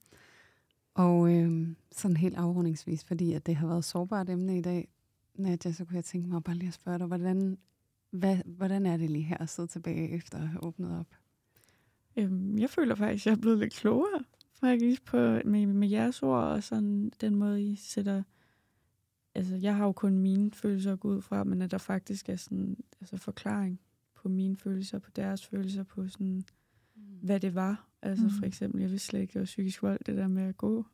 [SPEAKER 1] Og øh, sådan helt afrundingsvis, fordi at det har været et sårbart emne i dag, Nadia, så kunne jeg tænke mig bare lige at spørge dig, hvordan, hvad, hvordan er det lige her at sidde tilbage efter at have åbnet op?
[SPEAKER 3] Øhm, jeg føler faktisk, at jeg er blevet lidt klogere faktisk på, med, med jeres ord, og sådan den måde, I sætter... Altså, jeg har jo kun mine følelser at gå ud fra, men at der faktisk er sådan altså forklaring på mine følelser, på deres følelser, på sådan, mm. hvad det var. Altså mm. for eksempel, jeg vidste slet ikke, det var psykisk vold, det der med at gå.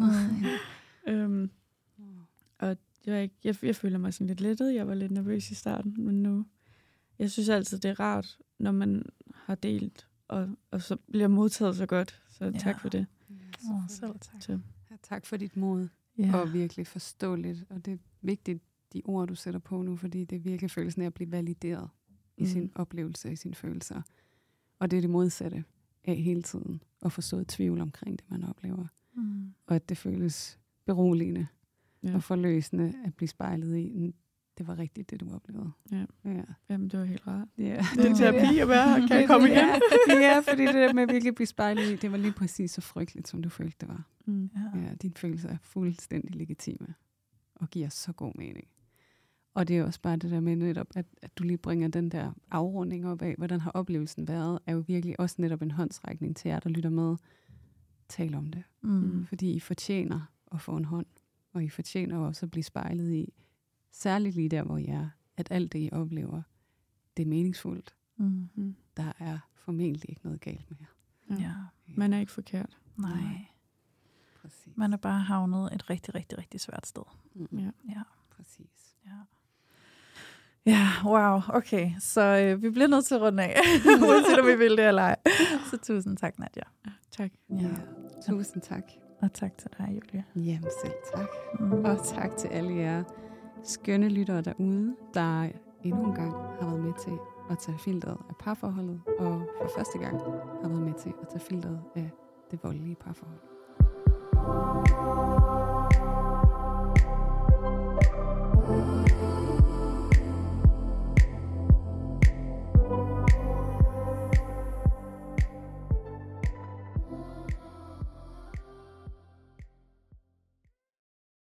[SPEAKER 3] øhm, og jeg, ikke, jeg, jeg føler mig sådan lidt lettet. Jeg var lidt nervøs i starten, men nu... Jeg synes altid, det er rart, når man har delt, og, og så bliver modtaget så godt. Så ja. Tak for det.
[SPEAKER 2] Ja, oh, selv tak.
[SPEAKER 1] Så. Ja, tak for dit mod.
[SPEAKER 2] Ja.
[SPEAKER 1] Og virkelig forståeligt. Og det er vigtigt, de ord, du sætter på nu, fordi det er virkelig følelsen af at blive valideret mm. i sin oplevelse, i sine følelser. Og det er det modsatte af hele tiden at få sået tvivl omkring det, man oplever. Mm. Og at det føles beroligende ja. og forløsende at blive spejlet i, det var rigtigt, det du oplevede.
[SPEAKER 3] Ja.
[SPEAKER 1] Ja.
[SPEAKER 3] Jamen, det var helt rart.
[SPEAKER 1] Ja.
[SPEAKER 3] Det er en terapi at være her. Kan jeg komme igen?
[SPEAKER 1] Ja, fordi det der med at virkelig blive spejlet i, det var lige præcis så frygteligt, som du følte, det var.
[SPEAKER 3] Mm.
[SPEAKER 1] Ja. Ja, dine følelser er fuldstændig legitime og giver så god mening. Og det er også bare det der med netop, at, at du lige bringer den der afrunding op af, hvordan har oplevelsen været, er jo virkelig også netop en håndsrækning til jer, der lytter med. Tal om det. Mm. Fordi I fortjener at få en hånd, og I fortjener også at blive spejlet i, særligt lige der, hvor I er, at alt det, I oplever, det er meningsfuldt. Mm. Der er formentlig ikke noget galt med jer.
[SPEAKER 2] Ja.
[SPEAKER 3] Man er ikke forkert.
[SPEAKER 2] Nej.
[SPEAKER 1] Præcis.
[SPEAKER 2] Man er bare havnet et rigtig, rigtig, rigtig svært sted.
[SPEAKER 1] Mm.
[SPEAKER 3] Ja.
[SPEAKER 2] Ja.
[SPEAKER 1] Præcis.
[SPEAKER 2] Ja. Ja, wow, okay. Så øh, vi bliver nødt til at runde af, uanset om vi vil det eller ej. Så tusind tak, Nadia.
[SPEAKER 3] Ja, tak.
[SPEAKER 1] Ja. Ja. Tusind tak.
[SPEAKER 2] Og tak til dig, Julia.
[SPEAKER 1] Jamen selv tak. Mm. Og tak til alle jer skønne lyttere derude, der endnu en gang har været med til at tage filteret af parforholdet, og for første gang har været med til at tage filteret af det voldelige parforhold.